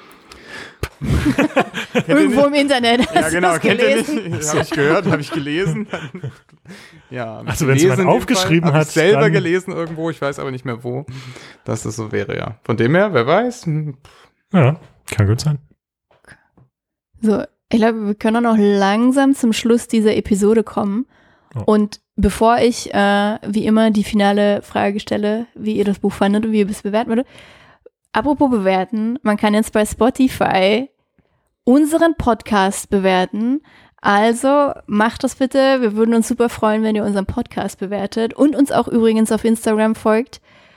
Irgendwo im Internet. Hast Ja, du genau, das kennt ihr gelesen? nicht? Habe ich gehört, habe ich gelesen. Ja, hab ich Also, wenn's gelesen jemand in dem aufgeschrieben Fall. Hab hat, ich selber dann- gelesen irgendwo, ich weiß aber nicht mehr wo, dass das so wäre, ja. Von dem her, wer weiß. Hm, Ja, kann gut sein. So, ich glaube, wir können auch noch langsam zum Schluss dieser Episode kommen. Oh. Und bevor ich, äh, wie immer, die finale Frage stelle, wie ihr das Buch fandet und wie ihr es bewerten würdet, apropos bewerten, man kann jetzt bei Spotify unseren Podcast bewerten. Also macht das bitte. Wir würden uns super freuen, wenn ihr unseren Podcast bewertet und uns auch übrigens auf Instagram folgt.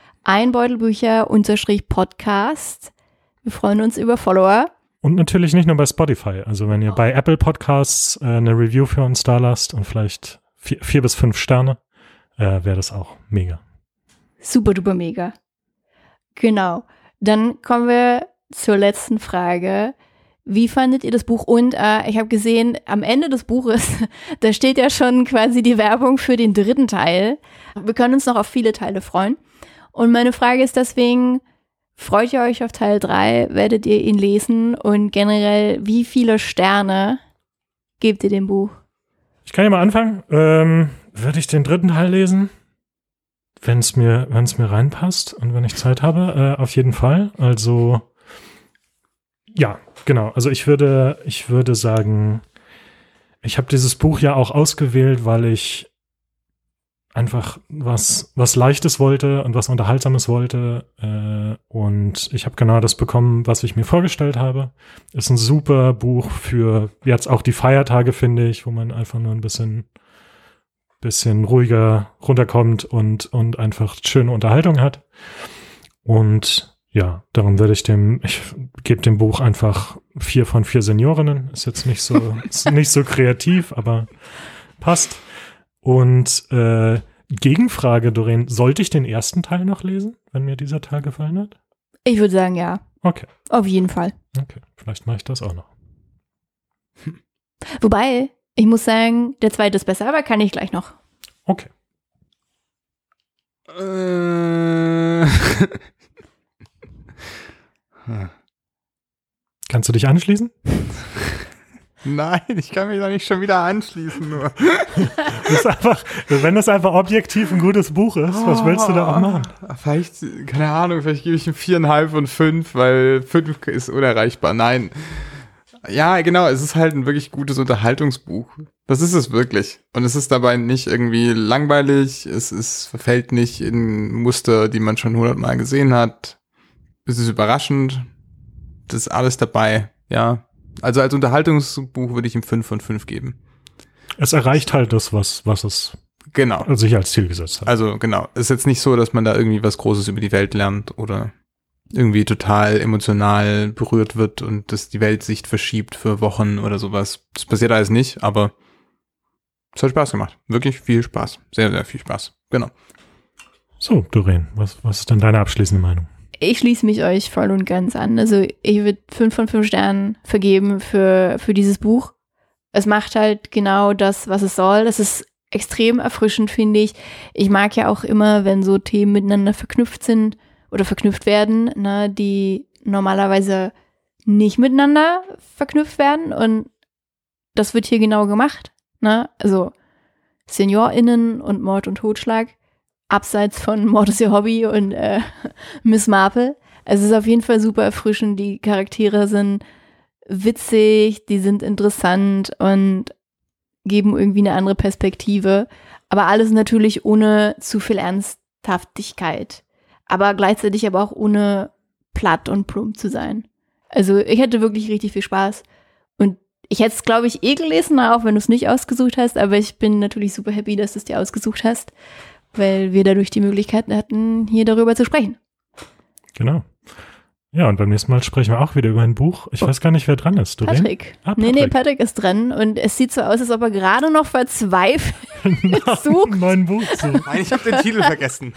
Einbeutelbücher-Podcast. Wir freuen uns über Follower. Und natürlich nicht nur bei Spotify. Also wenn ihr bei Apple Podcasts äh, eine Review für uns da lasst und vielleicht vier, vier bis fünf Sterne, äh, wäre das auch mega. Super duper mega. Genau. Dann kommen wir zur letzten Frage. Wie fandet ihr das Buch? Und äh, ich habe gesehen, am Ende des Buches, da steht ja schon quasi die Werbung für den dritten Teil. Wir können uns noch auf viele Teile freuen. Und meine Frage ist deswegen, freut ihr euch auf Teil drei? Werdet ihr ihn lesen? Und generell, wie viele Sterne gebt ihr dem Buch? Ich kann ja mal anfangen. Ähm, würde ich den dritten Teil lesen? Wenn es mir, wenn es mir reinpasst und wenn ich Zeit habe, äh, auf jeden Fall. Also ja, genau. Also ich würde, ich würde sagen, ich habe dieses Buch ja auch ausgewählt, weil ich einfach was, was Leichtes wollte und was Unterhaltsames wollte. Äh, und ich habe genau das bekommen, was ich mir vorgestellt habe. Ist ein super Buch für jetzt auch die Feiertage, finde ich, wo man einfach nur ein bisschen, bisschen ruhiger runterkommt und, und einfach schöne Unterhaltung hat. Und ja, darum würde ich dem, ich gebe dem Buch einfach vier von vier Seniorinnen. Ist jetzt nicht so, ist nicht so kreativ, aber passt. Und äh, Gegenfrage, Doreen, sollte ich den ersten Teil noch lesen, wenn mir dieser Teil gefallen hat? Ich würde sagen, ja. Okay. Auf jeden Fall. Okay, vielleicht mache ich das auch noch. Hm. Wobei, ich muss sagen, der zweite ist besser, aber kann ich gleich noch. Okay. Äh. Kannst du dich anschließen? Nein, ich kann mich doch nicht schon wieder anschließen, nur. Das ist einfach, wenn das einfach objektiv ein gutes Buch ist, was willst du da auch machen? Vielleicht, keine Ahnung, vielleicht gebe ich ihm viereinhalb und fünf, weil fünf ist unerreichbar. Nein. Ja, genau, es ist halt ein wirklich gutes Unterhaltungsbuch. Das ist es wirklich. Und es ist dabei nicht irgendwie langweilig, es ist, verfällt nicht in Muster, die man schon hundertmal gesehen hat. Es ist überraschend. Das ist alles dabei, ja. Also als Unterhaltungsbuch würde ich ihm fünf von fünf geben. Es erreicht halt das, was, was es genau. sich als Ziel gesetzt hat. Also genau. Es ist jetzt nicht so, dass man da irgendwie was Großes über die Welt lernt oder irgendwie total emotional berührt wird und dass die Weltsicht verschiebt für Wochen oder sowas. Das passiert alles nicht, aber es hat Spaß gemacht. Wirklich viel Spaß. Sehr, sehr viel Spaß. Genau. So, Doreen, was, was ist denn deine abschließende Meinung? Ich schließe mich euch voll und ganz an. Also ich würde fünf von fünf Sternen vergeben für, für dieses Buch. Es macht halt genau das, was es soll. Es ist extrem erfrischend, finde ich. Ich mag ja auch immer, wenn so Themen miteinander verknüpft sind oder verknüpft werden, ne, die normalerweise nicht miteinander verknüpft werden. Und das wird hier genau gemacht. Ne? Also SeniorInnen und Mord und Totschlag. Abseits von Mord ist ihr Hobby und äh, Miss Marple. Es ist auf jeden Fall super erfrischend. Die Charaktere sind witzig, die sind interessant und geben irgendwie eine andere Perspektive. Aber alles natürlich ohne zu viel Ernsthaftigkeit. Aber gleichzeitig aber auch ohne platt und plump zu sein. Also ich hatte wirklich richtig viel Spaß. Und ich hätte es, glaube ich, eh gelesen, auch wenn du es nicht ausgesucht hast. Aber ich bin natürlich super happy, dass du es dir ausgesucht hast. Weil wir dadurch die Möglichkeit hatten, hier darüber zu sprechen. Genau. Ja, und beim nächsten Mal sprechen wir auch wieder über ein Buch. Ich oh. weiß gar nicht, wer dran ist. Doreen? Patrick. Ah, Patrick. Nee, nee, Patrick ist dran. Und es sieht so aus, als ob er gerade noch verzweifelt sucht. Ein neues Buch sucht. Nein, ich habe den Titel vergessen.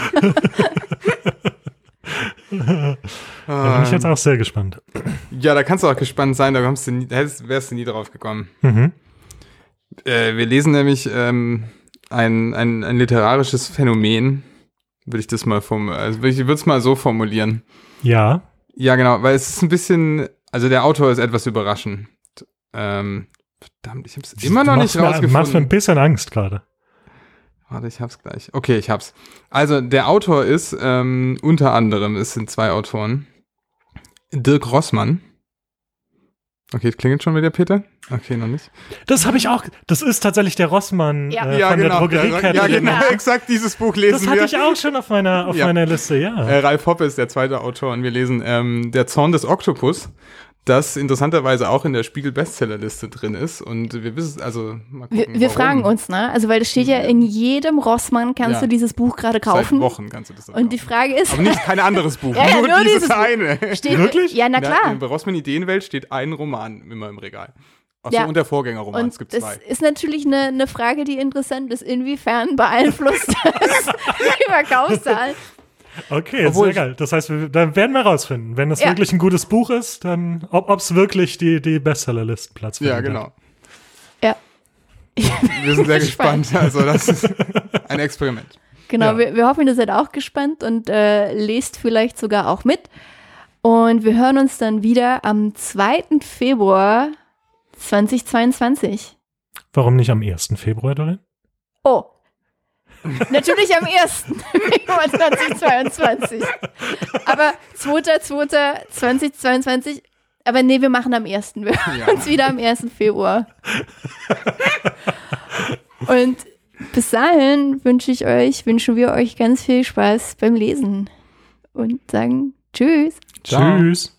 Da bin ich jetzt auch sehr gespannt. Ja, da kannst du auch gespannt sein. Da kommst du nie, wärst du nie drauf gekommen. Mhm. Äh, wir lesen nämlich ähm, Ein, ein, ein literarisches Phänomen, würde ich das mal formulieren, also ich würde es mal so formulieren. Ja. Ja, genau, weil es ist ein bisschen, also der Autor ist etwas überraschend. Ähm, verdammt, ich habe es immer noch nicht rausgefunden. Macht mir ein bisschen Angst gerade. Warte, ich hab's gleich. Okay, ich hab's. Also der Autor ist ähm, unter anderem, es sind zwei Autoren, Dirk Rossmann. Okay, klingelt schon wieder, Peter? Okay, noch nicht. Das habe ich auch. Das ist tatsächlich der Rossmann Ja. äh, Ja, von genau. der Drogeriekette. Ja, genau. Ja. Exakt dieses Buch lesen Das wir. hatte ich auch schon auf meiner, auf Ja. meiner Liste, ja. Äh, Ralf Hoppe ist der zweite Autor und wir lesen ähm, Der Zorn des Oktopus, das interessanterweise auch in der Spiegel-Bestsellerliste drin ist. Und wir wissen, also mal gucken, Wir, wir warum. fragen uns, ne? Also, weil das steht ja in jedem Rossmann, kannst Ja. du dieses Buch gerade kaufen. Seit Wochen kannst du das dann Und die kaufen. Frage ist, Aber nicht kein anderes Buch, Ja, ja, nur, nur dieses, dieses Buch. eine. steht, Wirklich? Ja, na Ja, klar. bei Rossmann Ideenwelt steht ein Roman immer im Regal. Achso, Ja. und der Vorgängerroman, Und es gibt das zwei. ist natürlich eine, eine Frage, die interessant ist. Inwiefern beeinflusst das die Verkaufszahlen? Okay, Obwohl sehr ich- geil. Das heißt, wir, dann werden wir rausfinden, wenn das Ja. wirklich ein gutes Buch ist, dann ob es wirklich die, die Bestsellerlistenplatz Ja, findet. genau. Ja. Wir sind sehr gespannt. Also das ist ein Experiment. Genau, Ja. wir, wir hoffen, ihr seid auch gespannt und äh, lest vielleicht sogar auch mit. Und wir hören uns dann wieder am zweiten Februar zweitausendzweiundzwanzig. Warum nicht am ersten Februar, Doreen? Oh. Natürlich am ersten Februar zweitausendzweiundzwanzig. Aber zweiter zweiter zweitausendzweiundzwanzig. Aber nee, wir machen am ersten Wir hören Ja. uns wieder am ersten Februar. Und bis dahin wünsche ich euch, wünschen wir euch ganz viel Spaß beim Lesen. Und sagen Tschüss. Ciao. Tschüss.